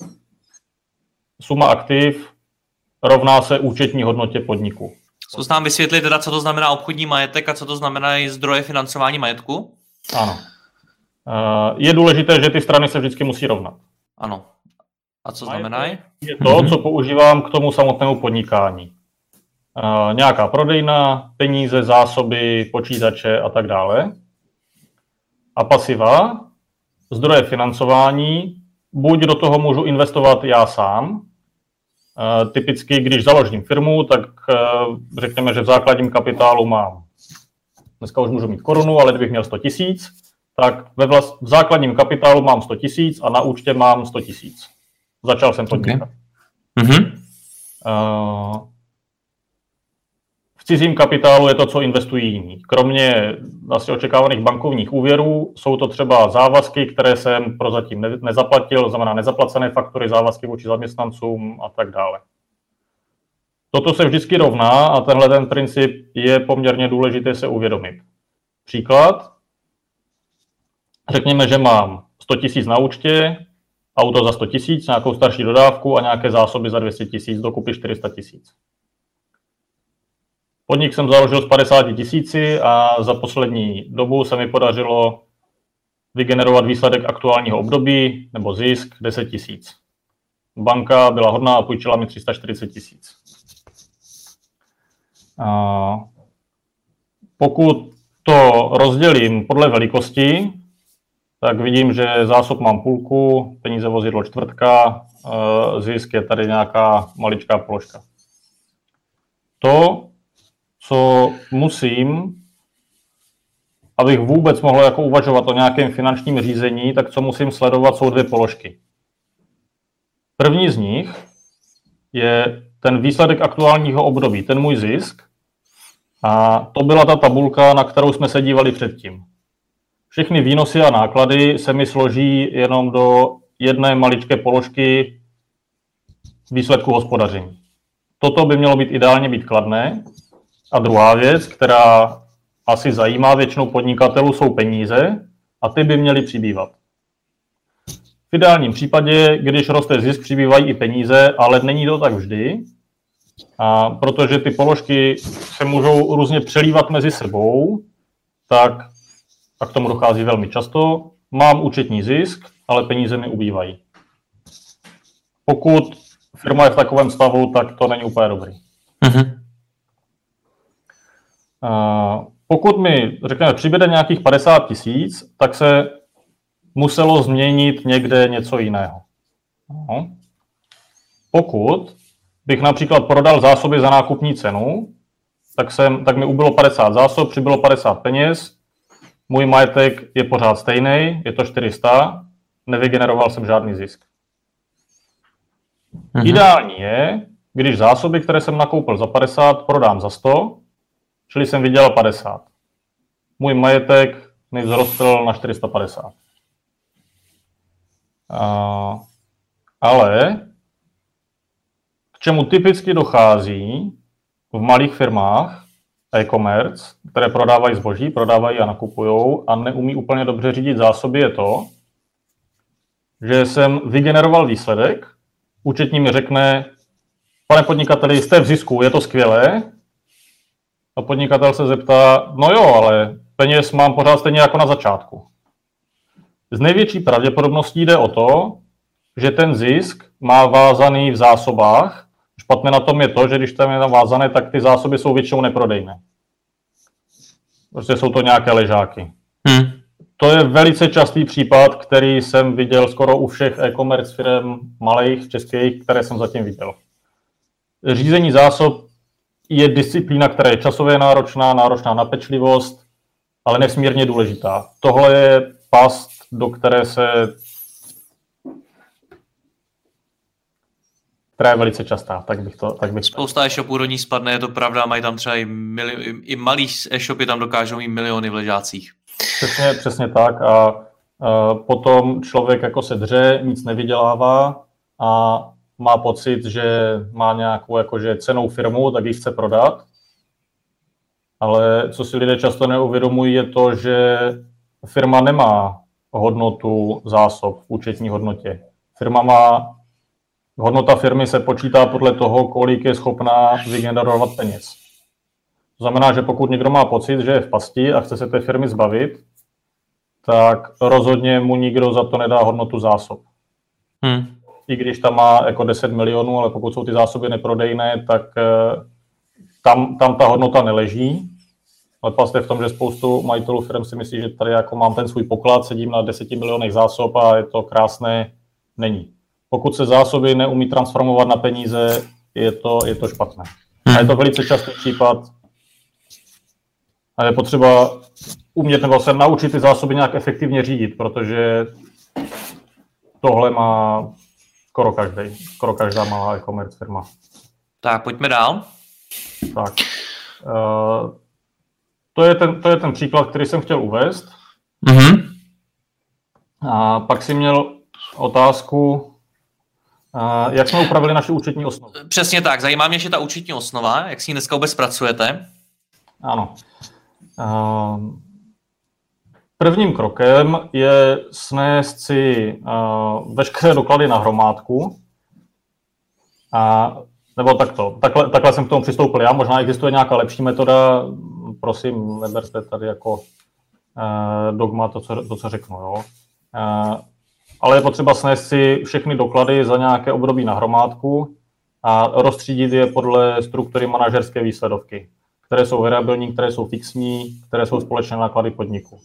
Suma aktiv rovná se účetní hodnotě podniku. Zkus nám vysvětlit teda, co to znamená obchodní majetek a co to znamená i zdroje financování majetku? Ano. Je důležité, že ty strany se vždycky musí rovnat. Ano. A co znamená? Je to, co používám k tomu samotnému podnikání. Nějaká prodejna, peníze, zásoby, počítače a tak dále. A pasiva, zdroje financování, buď do toho můžu investovat já sám. Typicky, když založím firmu, tak řekněme, že v základním kapitálu mám, dneska už můžu mít korunu, ale kdybych měl sto tisíc, tak ve vlast, v základním kapitálu mám sto tisíc a na účtě mám sto tisíc. Začal jsem podnikat. Okay. Mm-hmm. V cizím kapitálu je to, co investují jiní. Kromě asi očekávaných bankovních úvěrů jsou to třeba závazky, které jsem prozatím nezaplatil, znamená nezaplacené faktury, závazky vůči zaměstnancům a tak dále. Toto se vždycky rovná a tenhle ten princip je poměrně důležité se uvědomit. Příklad. Řekněme, že mám sto tisíc na účtě, auto za sto tisíc, nějakou starší dodávku a nějaké zásoby za dvě stě tisíc, dokupy čtyři sta tisíc. Podnik jsem založil s padesáti tisíci a za poslední dobu se mi podařilo vygenerovat výsledek aktuálního období nebo zisk deset tisíc. Banka byla hodná a půjčila mi tři sta čtyřicet tisíc. Pokud to rozdělím podle velikosti, tak vidím, že zásob mám půlku, peníze vozidlo čtvrtka, zisk je tady nějaká maličká položka. To, co musím, abych vůbec mohl jako uvažovat o nějakém finančním řízení, tak co musím sledovat, jsou dvě položky. První z nich je ten výsledek aktuálního období, ten můj zisk. A to byla ta tabulka, na kterou jsme se dívali předtím. Všechny výnosy a náklady se mi složí jenom do jedné maličké položky výsledku hospodaření. Toto by mělo být ideálně být kladné. A druhá věc, která asi zajímá většinou podnikatelů, jsou peníze a ty by měly přibývat. V ideálním případě, když roste zisk, přibývají i peníze, ale není to tak vždy, a protože ty položky se můžou různě přelívat mezi sebou, tak a k tomu dochází velmi často. Mám účetní zisk, ale peníze mi ubývají. Pokud firma je v takovém stavu, tak to není úplně dobrý. Mm-hmm. A pokud mi, řekněme, přibude nějakých padesát tisíc, tak se muselo změnit někde něco jiného. No. Pokud bych například prodal zásoby za nákupní cenu, tak, jsem, tak mi ubylo padesát zásob, přibylo padesát peněz, můj majetek je pořád stejný, je to čtyři sta, nevygeneroval jsem žádný zisk. Mhm. Ideální je, když zásoby, které jsem nakoupil za padesát, prodám za sto, čili jsem vydělal padesát. Můj majetek mi vzrostl na čtyři sta padesát. A, ale k čemu typicky dochází v malých firmách e-commerce, které prodávají zboží, prodávají a nakupují a neumí úplně dobře řídit zásoby, je to, že jsem vygeneroval výsledek, účetní mi řekne, pane podnikateli, jste v zisku, je to skvělé. A podnikatel se zeptá, no jo, ale peněz mám pořád stejně jako na začátku. Z největší pravděpodobností jde o to, že ten zisk má vázaný v zásobách. Špatné na tom je to, že když tam je tam vázané, tak ty zásoby jsou většinou neprodejné. Prostě jsou to nějaké ležáky. Hmm. To je velice častý případ, který jsem viděl skoro u všech e-commerce firm malých českých, které jsem zatím viděl. Řízení zásob je disciplína, která je časově náročná, náročná na pečlivost, ale nesmírně důležitá. Tohle je past, do které se která je velice častá, tak bych to... Tak bych Spousta e-shopů do ní spadne, je to pravda, mají tam třeba i, mili, i malý e-shopy tam dokážou mít miliony v ležácích. Přesně, přesně tak a, a potom člověk jako se dře, nic nevydělává a má pocit, že má nějakou jakože cennou firmu, tak ji chce prodat. Ale co si lidé často neuvědomují, je to, že firma nemá hodnotu zásob v účetní hodnotě. Firma má Hodnota firmy se počítá podle toho, kolik je schopná vygenerovat peněz. To znamená, že pokud někdo má pocit, že je v pasti a chce se té firmy zbavit, tak rozhodně mu nikdo za to nedá hodnotu zásob. Hmm. I když tam má jako deset milionů, ale pokud jsou ty zásoby neprodejné, tak tam, tam ta hodnota neleží. Ale past je v tom, že spoustu majitelů firm si myslí, že tady jako mám ten svůj poklad, sedím na deseti milionech zásob a je to krásné. Není. Pokud se zásoby neumí transformovat na peníze, je to, je to špatné. A je to velice častý případ. A je potřeba umět nebo se naučit ty zásoby nějak efektivně řídit, protože tohle má skoro každý, skoro každá malá e-commerce firma. Tak, pojďme dál. Tak. Uh, to, je ten, to je ten příklad, který jsem chtěl uvést. Mm-hmm. A pak si měl otázku, Uh, jak jsme upravili naši účetní osnovu? Přesně tak, zajímá mě, že ta účetní osnova, jak si ji dneska vůbec pracujete? Ano. Uh, prvním krokem je snést si uh, veškeré doklady na hromádku. A, nebo takto. Takhle, takhle jsem k tomu přistoupil já. Možná existuje nějaká lepší metoda. Prosím, neberte tady jako uh, dogma to, co, to, co řeknu. Jo? Uh, ale je potřeba snést si všechny doklady za nějaké období na hromádku a rozstřídit je podle struktury manažerské výsledovky. které jsou variabilní, které jsou fixní, které jsou společné náklady podniku.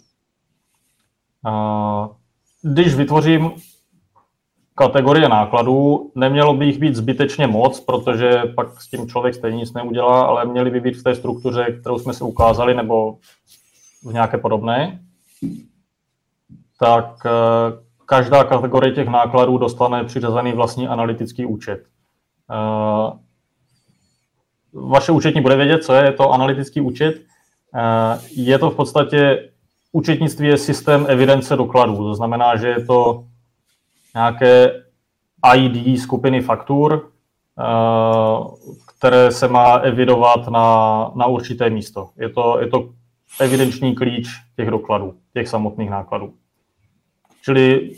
Když vytvořím kategorie nákladů, nemělo by jich být zbytečně moc, protože pak s tím člověk stejně nic neudělá, ale měly by být v té struktuře, kterou jsme si ukázali, nebo v nějaké podobné. Tak každá kategorie těch nákladů dostane přiřazený vlastní analytický účet. Vaše účetní bude vědět, co je, je to analytický účet. Je to v podstatě, účetnictví je systém evidence dokladů, to znamená, že je to nějaké I D skupiny faktur, které se má evidovat na, na určité místo. Je to, je to evidenční klíč těch dokladů, těch samotných nákladů. Čili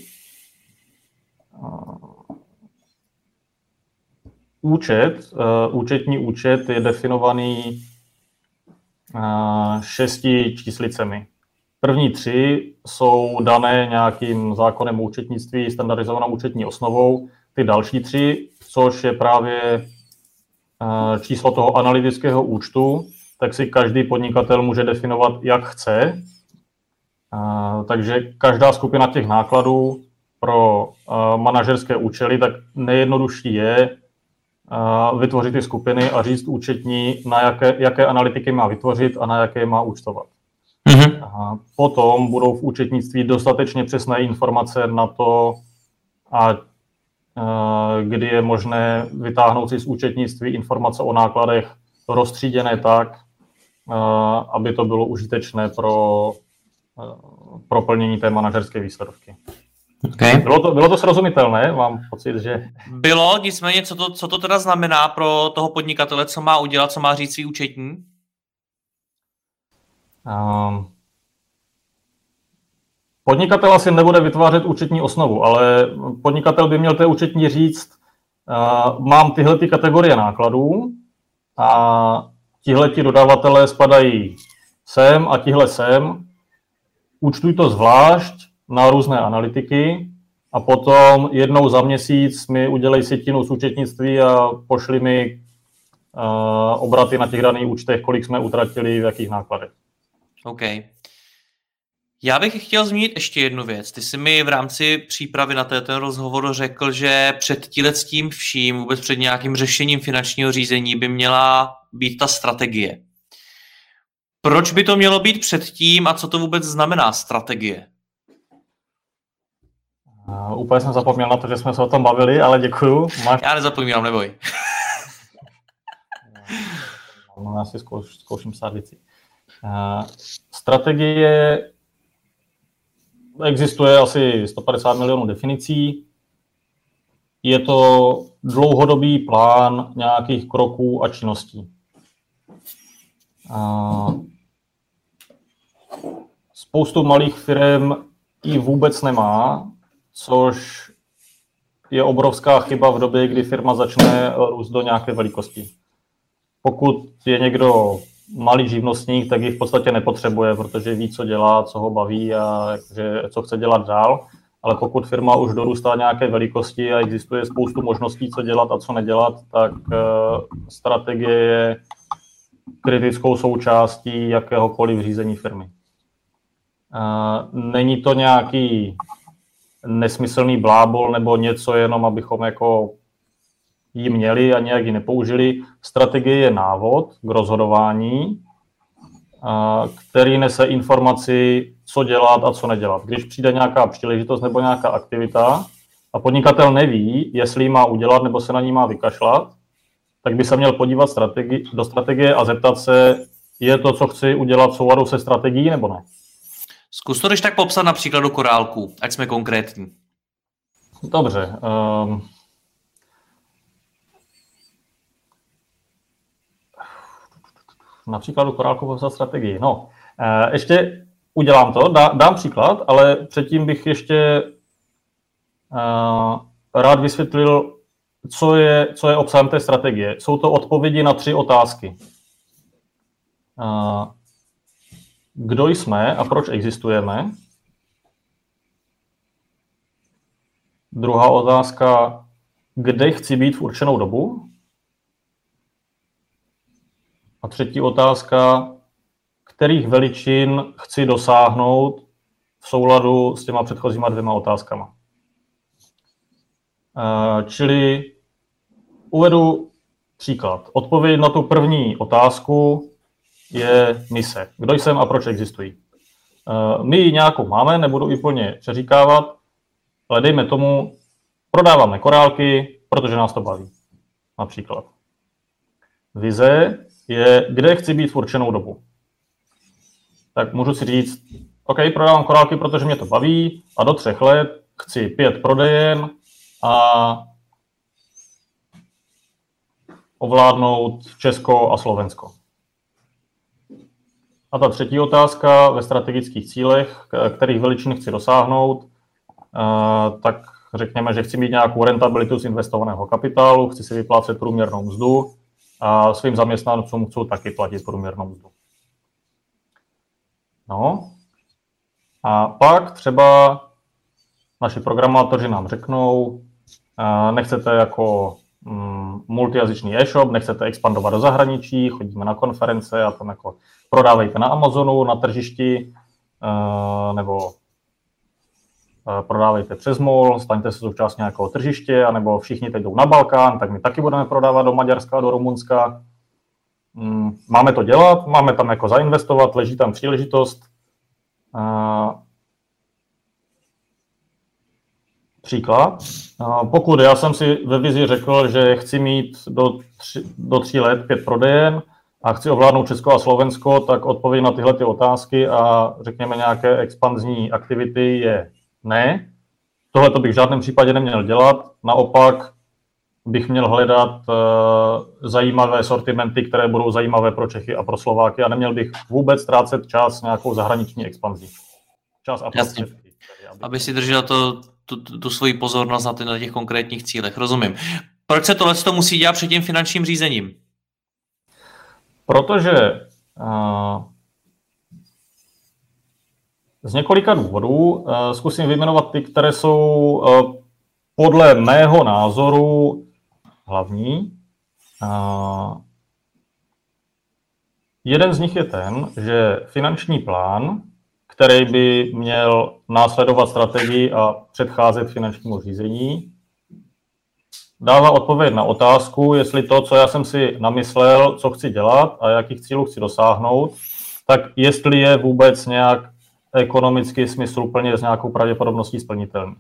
účet, účetní účet je definovaný šesti číslicemi. První tři jsou dané nějakým zákonem o účetnictví, standardizovanou účetní osnovou. Ty další tři, což je právě číslo toho analytického účtu, tak si každý podnikatel může definovat, jak chce. Takže každá skupina těch nákladů pro manažerské účely, tak nejjednodušší je vytvořit ty skupiny a říct účetní, na jaké, jaké analytiky má vytvořit a na jaké má účtovat. Mm-hmm. A potom budou v účetnictví dostatečně přesné informace na to, a, a kdy je možné vytáhnout si z účetnictví informace o nákladech roztříděné tak, a, aby to bylo užitečné pro, pro plnění té manažerské výsledovky. Okay. Bylo to, bylo to srozumitelné? Mám pocit, že... Bylo, nicméně, co to, co to teda znamená pro toho podnikatele, co má udělat, co má říct svý účetní? Um, podnikatel asi nebude vytvářet účetní osnovu, ale podnikatel by měl té účetní říct, uh, mám tyhle ty kategorie nákladů a tihleti dodavatelé spadají sem a tihle sem, účtuj to zvlášť na různé analytiky a potom jednou za měsíc mi udělej sjetinu z účetnictví a pošli mi uh, obraty na těch daných účtech, kolik jsme utratili, v jakých nákladech. OK. Já bych chtěl zmínit ještě jednu věc. Ty jsi mi v rámci přípravy na ten rozhovor řekl, že před tím vším, vůbec před nějakým řešením finančního řízení by měla být ta strategie. Proč by to mělo být předtím a co to vůbec znamená strategie? Uh, úplně jsem zapomněl na to, že jsme se o tom bavili, ale děkuju. Máš... Já nezapomínám, neboj. No, já si zkouš, zkouším psát věci. Uh, strategie existuje asi sto padesát milionů definicí. Je to dlouhodobý plán nějakých kroků a činností. Uh, spoustu malých firm ji vůbec nemá, což je obrovská chyba v době, kdy firma začne růst do nějaké velikosti. Pokud je někdo malý živnostník, tak ji v podstatě nepotřebuje, protože ví, co dělá, co ho baví a že, co chce dělat dál. Ale pokud firma už dorůstá nějaké velikosti a existuje spoustu možností, co dělat a co nedělat, tak uh, strategie je kritickou součástí jakéhokoliv řízení firmy. Uh, není to nějaký nesmyslný blábol nebo něco jenom, abychom jako ji měli a nějak ji nepoužili. Strategie je návod k rozhodování, který nese informaci, co dělat a co nedělat. Když přijde nějaká příležitost nebo nějaká aktivita a podnikatel neví, jestli ji má udělat nebo se na ní má vykašlat, tak by se měl podívat strategi- do strategie a zeptat se, je to, co chci udělat v souladu se strategií nebo ne. Zkus to když tak popsat na příkladu korálků, ať jsme konkrétní. Dobře. Um... Na příkladu korálku popsat strategii. No, ještě udělám to, dá, dám příklad, ale předtím bych ještě uh, rád vysvětlil, co je, co je obsahem té strategie. Jsou to odpovědi na tři otázky. Uh, kdo jsme a proč existujeme? Druhá otázka, kde chci být v určenou dobu? A třetí otázka, kterých veličin chci dosáhnout v souladu s těma předchozíma dvěma otázkama. Čili uvedu příklad. Odpověď na tu první otázku je mise. Kdo jsem a proč existují? My ji nějakou máme, nebudu úplně přeříkávat, ale dejme tomu, prodáváme korálky, protože nás to baví. Například. Vize je, kde chci být v určenou dobu. Tak můžu si říct, OK, prodávám korálky, protože mě to baví a do třech let chci pět prodejen a ovládnout Česko a Slovensko. A ta třetí otázka ve strategických cílech, kterých veličin chci dosáhnout, tak řekněme, že chci mít nějakou rentabilitu z investovaného kapitálu, chci si vyplácet průměrnou mzdu a svým zaměstnancům chci taky platit průměrnou mzdu. No. A pak třeba naši programátoři nám řeknou, nechcete jako multijazyčný e-shop, nechcete expandovat do zahraničí, chodíme na konference a tam jako prodávejte na Amazonu, na tržišti, nebo prodávejte přes mall, staňte se součástí nějakého tržiště, anebo všichni teď jdou na Balkán, tak my taky budeme prodávat do Maďarska, do Rumunska. Máme to dělat, máme tam jako zainvestovat, leží tam příležitost. Příklad. Pokud já jsem si ve vizi řekl, že chci mít do, tři, do tří let pět prodejen a chci ovládnout Česko a Slovensko, tak odpověď na tyhle ty otázky a řekněme nějaké expanzní aktivity je ne. Tohle to bych v žádném případě neměl dělat. Naopak bych měl hledat uh, zajímavé sortimenty, které budou zajímavé pro Čechy a pro Slováky a neměl bych vůbec ztrácet čas nějakou zahraniční expanzí. Čas a prostředky. Aby si držel to, tu, tu svoji pozornost na, ty, na těch konkrétních cílech. Rozumím. Proč se tohle to musí dělat před tím finančním řízením? Protože uh, z několika důvodů uh, zkusím vyjmenovat ty, které jsou uh, podle mého názoru hlavní. Uh, jeden z nich je ten, že finanční plán, který by měl následovat strategii a předcházet finančnímu řízení, dává odpověď na otázku, jestli to, co já jsem si namyslel, co chci dělat a jakých cílů chci dosáhnout, tak jestli je vůbec nějak ekonomicky smysluplně s nějakou pravděpodobností splnitelný.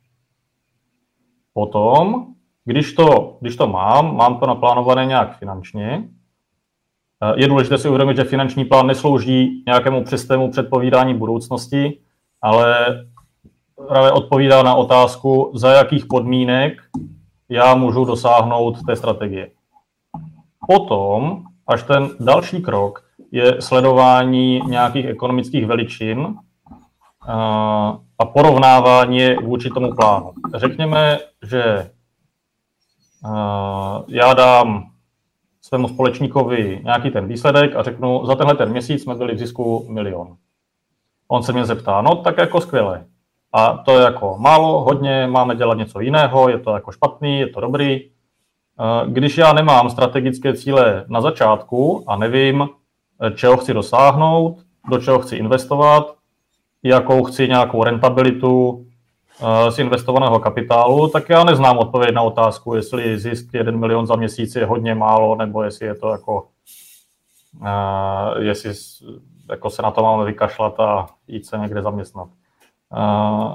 Potom, když to, když to mám, mám to naplánované nějak finančně, je důležité si uvědomit, že finanční plán neslouží nějakému přesnému předpovídání budoucnosti, ale právě odpovídá na otázku, za jakých podmínek já můžu dosáhnout té strategie. Potom, až ten další krok, je sledování nějakých ekonomických veličin a porovnávání je vůči tomu plánu. Řekněme, že já dám svému společníkovi nějaký ten výsledek a řeknu, za tenhle ten měsíc jsme byli v zisku milion. On se mě zeptá, no tak jako skvěle. A to je jako málo, hodně, máme dělat něco jiného, je to jako špatný, je to dobrý. Když já nemám strategické cíle na začátku a nevím, čeho chci dosáhnout, do čeho chci investovat, jakou chci nějakou rentabilitu z investovaného kapitálu, tak já neznám odpověď na otázku, jestli zisk jeden milion za měsíc je hodně málo, nebo jestli je to jako, uh, jestli jako se na to máme vykašlat a jít se někde zaměstnat. Uh,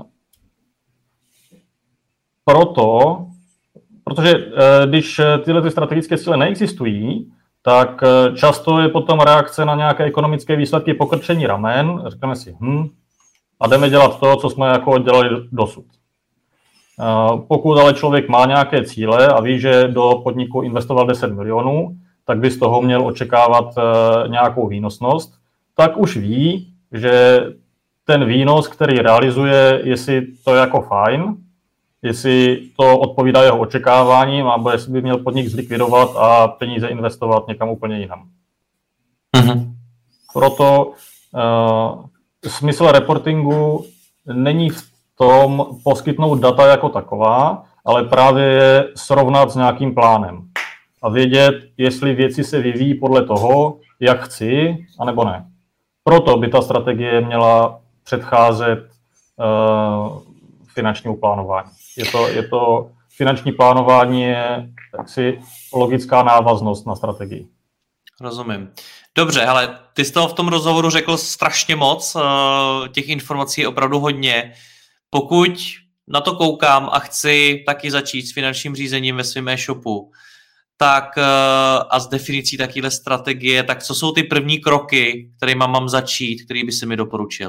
proto, protože uh, když tyhle ty strategické cíle neexistují, tak uh, často je potom reakce na nějaké ekonomické výsledky pokrčení ramen. Řekneme si, hm, a jdeme dělat to, co jsme jako dělali dosud. Pokud ale člověk má nějaké cíle a ví, že do podniku investoval deset milionů, tak by z toho měl očekávat nějakou výnosnost, tak už ví, že ten výnos, který realizuje, jestli to je jako fajn, jestli to odpovídá jeho očekáváním, nebo jestli by měl podnik zlikvidovat a peníze investovat někam úplně jinam. Mm-hmm. Proto uh, smysl reportingu není v tom poskytnout data jako taková, ale právě je srovnat s nějakým plánem. a vědět, jestli věci se vyvíjí podle toho, jak chci, anebo ne. Proto by ta strategie měla předcházet uh, finančnímu plánování. Je to, je to, finanční plánování je jaksi logická návaznost na strategii. Rozumím. Dobře, hele, ty jsi toho v tom rozhovoru řekl strašně moc, těch informací je opravdu hodně. Pokud na to koukám a chci taky začít s finančním řízením ve svém e-shopu, tak a s definicí takovéhle strategie, tak co jsou ty první kroky, kterými mám začít, který by si mi doporučil?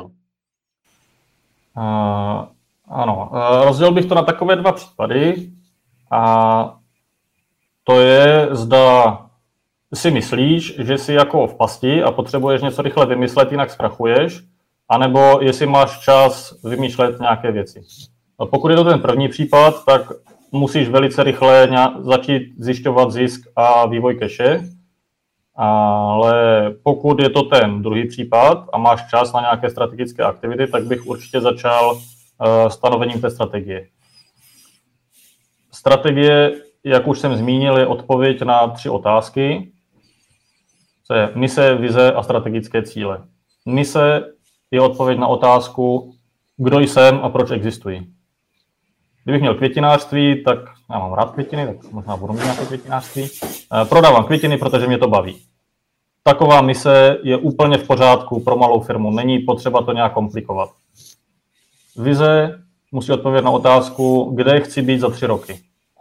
Uh, ano, uh, rozdělil bych to na takové dva případy a to je, zda si myslíš, že jsi jako v pasti a potřebuješ něco rychle vymyslet, jinak zkrachuješ, anebo jestli máš čas vymýšlet nějaké věci. A pokud je to ten první případ, tak musíš velice rychle začít zjišťovat zisk a vývoj cache, ale pokud je to ten druhý případ a máš čas na nějaké strategické aktivity, tak bych určitě začal stanovením té strategie. Strategie, jak už jsem zmínil, je odpověď na tři otázky. To je mise, vize a strategické cíle. Mise je odpověď na otázku, kdo jsem a proč existuji. Kdybych měl květinářství, tak já mám rád květiny, tak možná budu mít nějaké květinářství. Prodávám květiny, protože mě to baví. Taková mise je úplně v pořádku pro malou firmu, není potřeba to nějak komplikovat. Vize musí odpovědět na otázku, kde chci být za tři roky.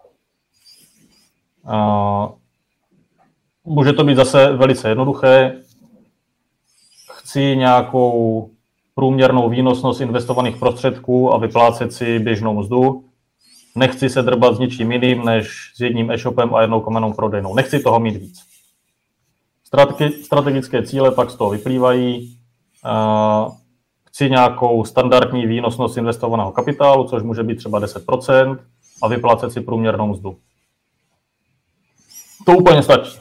Může to být zase velice jednoduché. Chci nějakou průměrnou výnosnost investovaných prostředků a vyplácet si běžnou mzdu. Nechci se drbat s ničím jiným, než s jedním e-shopem a jednou kamennou prodejnou. Nechci toho mít víc. Strategické cíle pak z toho vyplývají. Chci nějakou standardní výnosnost investovaného kapitálu, což může být třeba deset procent, a vyplácet si průměrnou mzdu. To úplně stačí.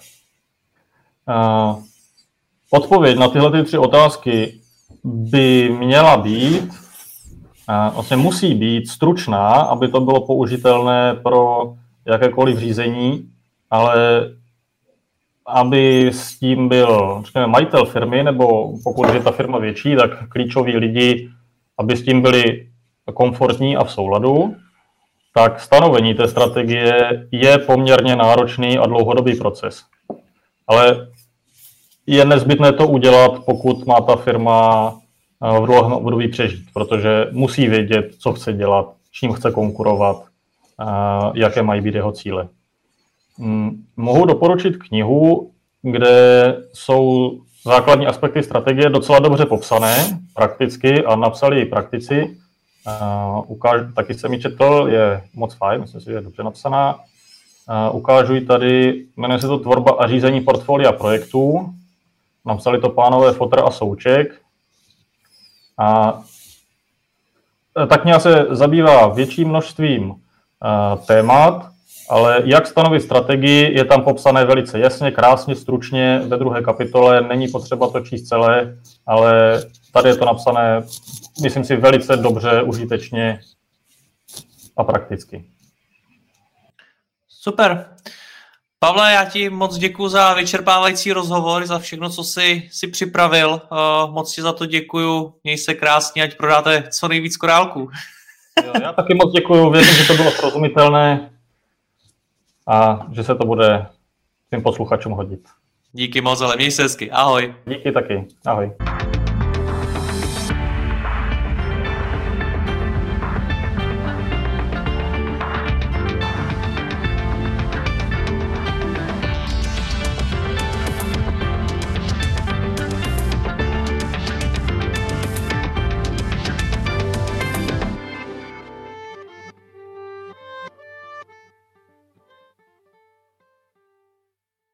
Odpověď na tyhle ty tři otázky by měla být, vlastně musí být stručná, aby to bylo použitelné pro jakékoliv řízení, ale aby s tím byl, řekněme, majitel firmy, nebo pokud je ta firma větší, tak klíčoví lidi, aby s tím byli komfortní a v souladu, tak stanovení té strategie je poměrně náročný a dlouhodobý proces. Ale je nezbytné to udělat, pokud má ta firma v dlouhém období přežít, protože musí vědět, co chce dělat, čím chce konkurovat, jaké mají být jeho cíle. Mohu doporučit knihu, kde jsou základní aspekty strategie docela dobře popsané, prakticky, a napsali ji praktici. Ukáž, taky jsem ji četl, je moc fajn, myslím si, že je dobře napsaná. Ukážu ji tady, jmenuje se to Tvorba a řízení portfolia projektů. Napsali to pánové Fotr a Souček. A ta kniha se zabývá větším množstvím témat, ale jak stanovit strategii, je tam popsané velice jasně, krásně, stručně ve druhé kapitole. Není potřeba to číst celé, ale tady je to napsané, myslím si, velice dobře, užitečně a prakticky. Super. Pavle, já ti moc děkuji za vyčerpávající rozhovor, za všechno, co jsi, jsi připravil. Uh, moc ti za to děkuju. Měj se krásně, ať prodáte co nejvíc korálků. Jo, já taky moc děkuju. Věřím, že to bylo srozumitelné a že se to bude těm posluchačům hodit. Díky moc, ale měj se hezky. Ahoj. Díky taky. Ahoj.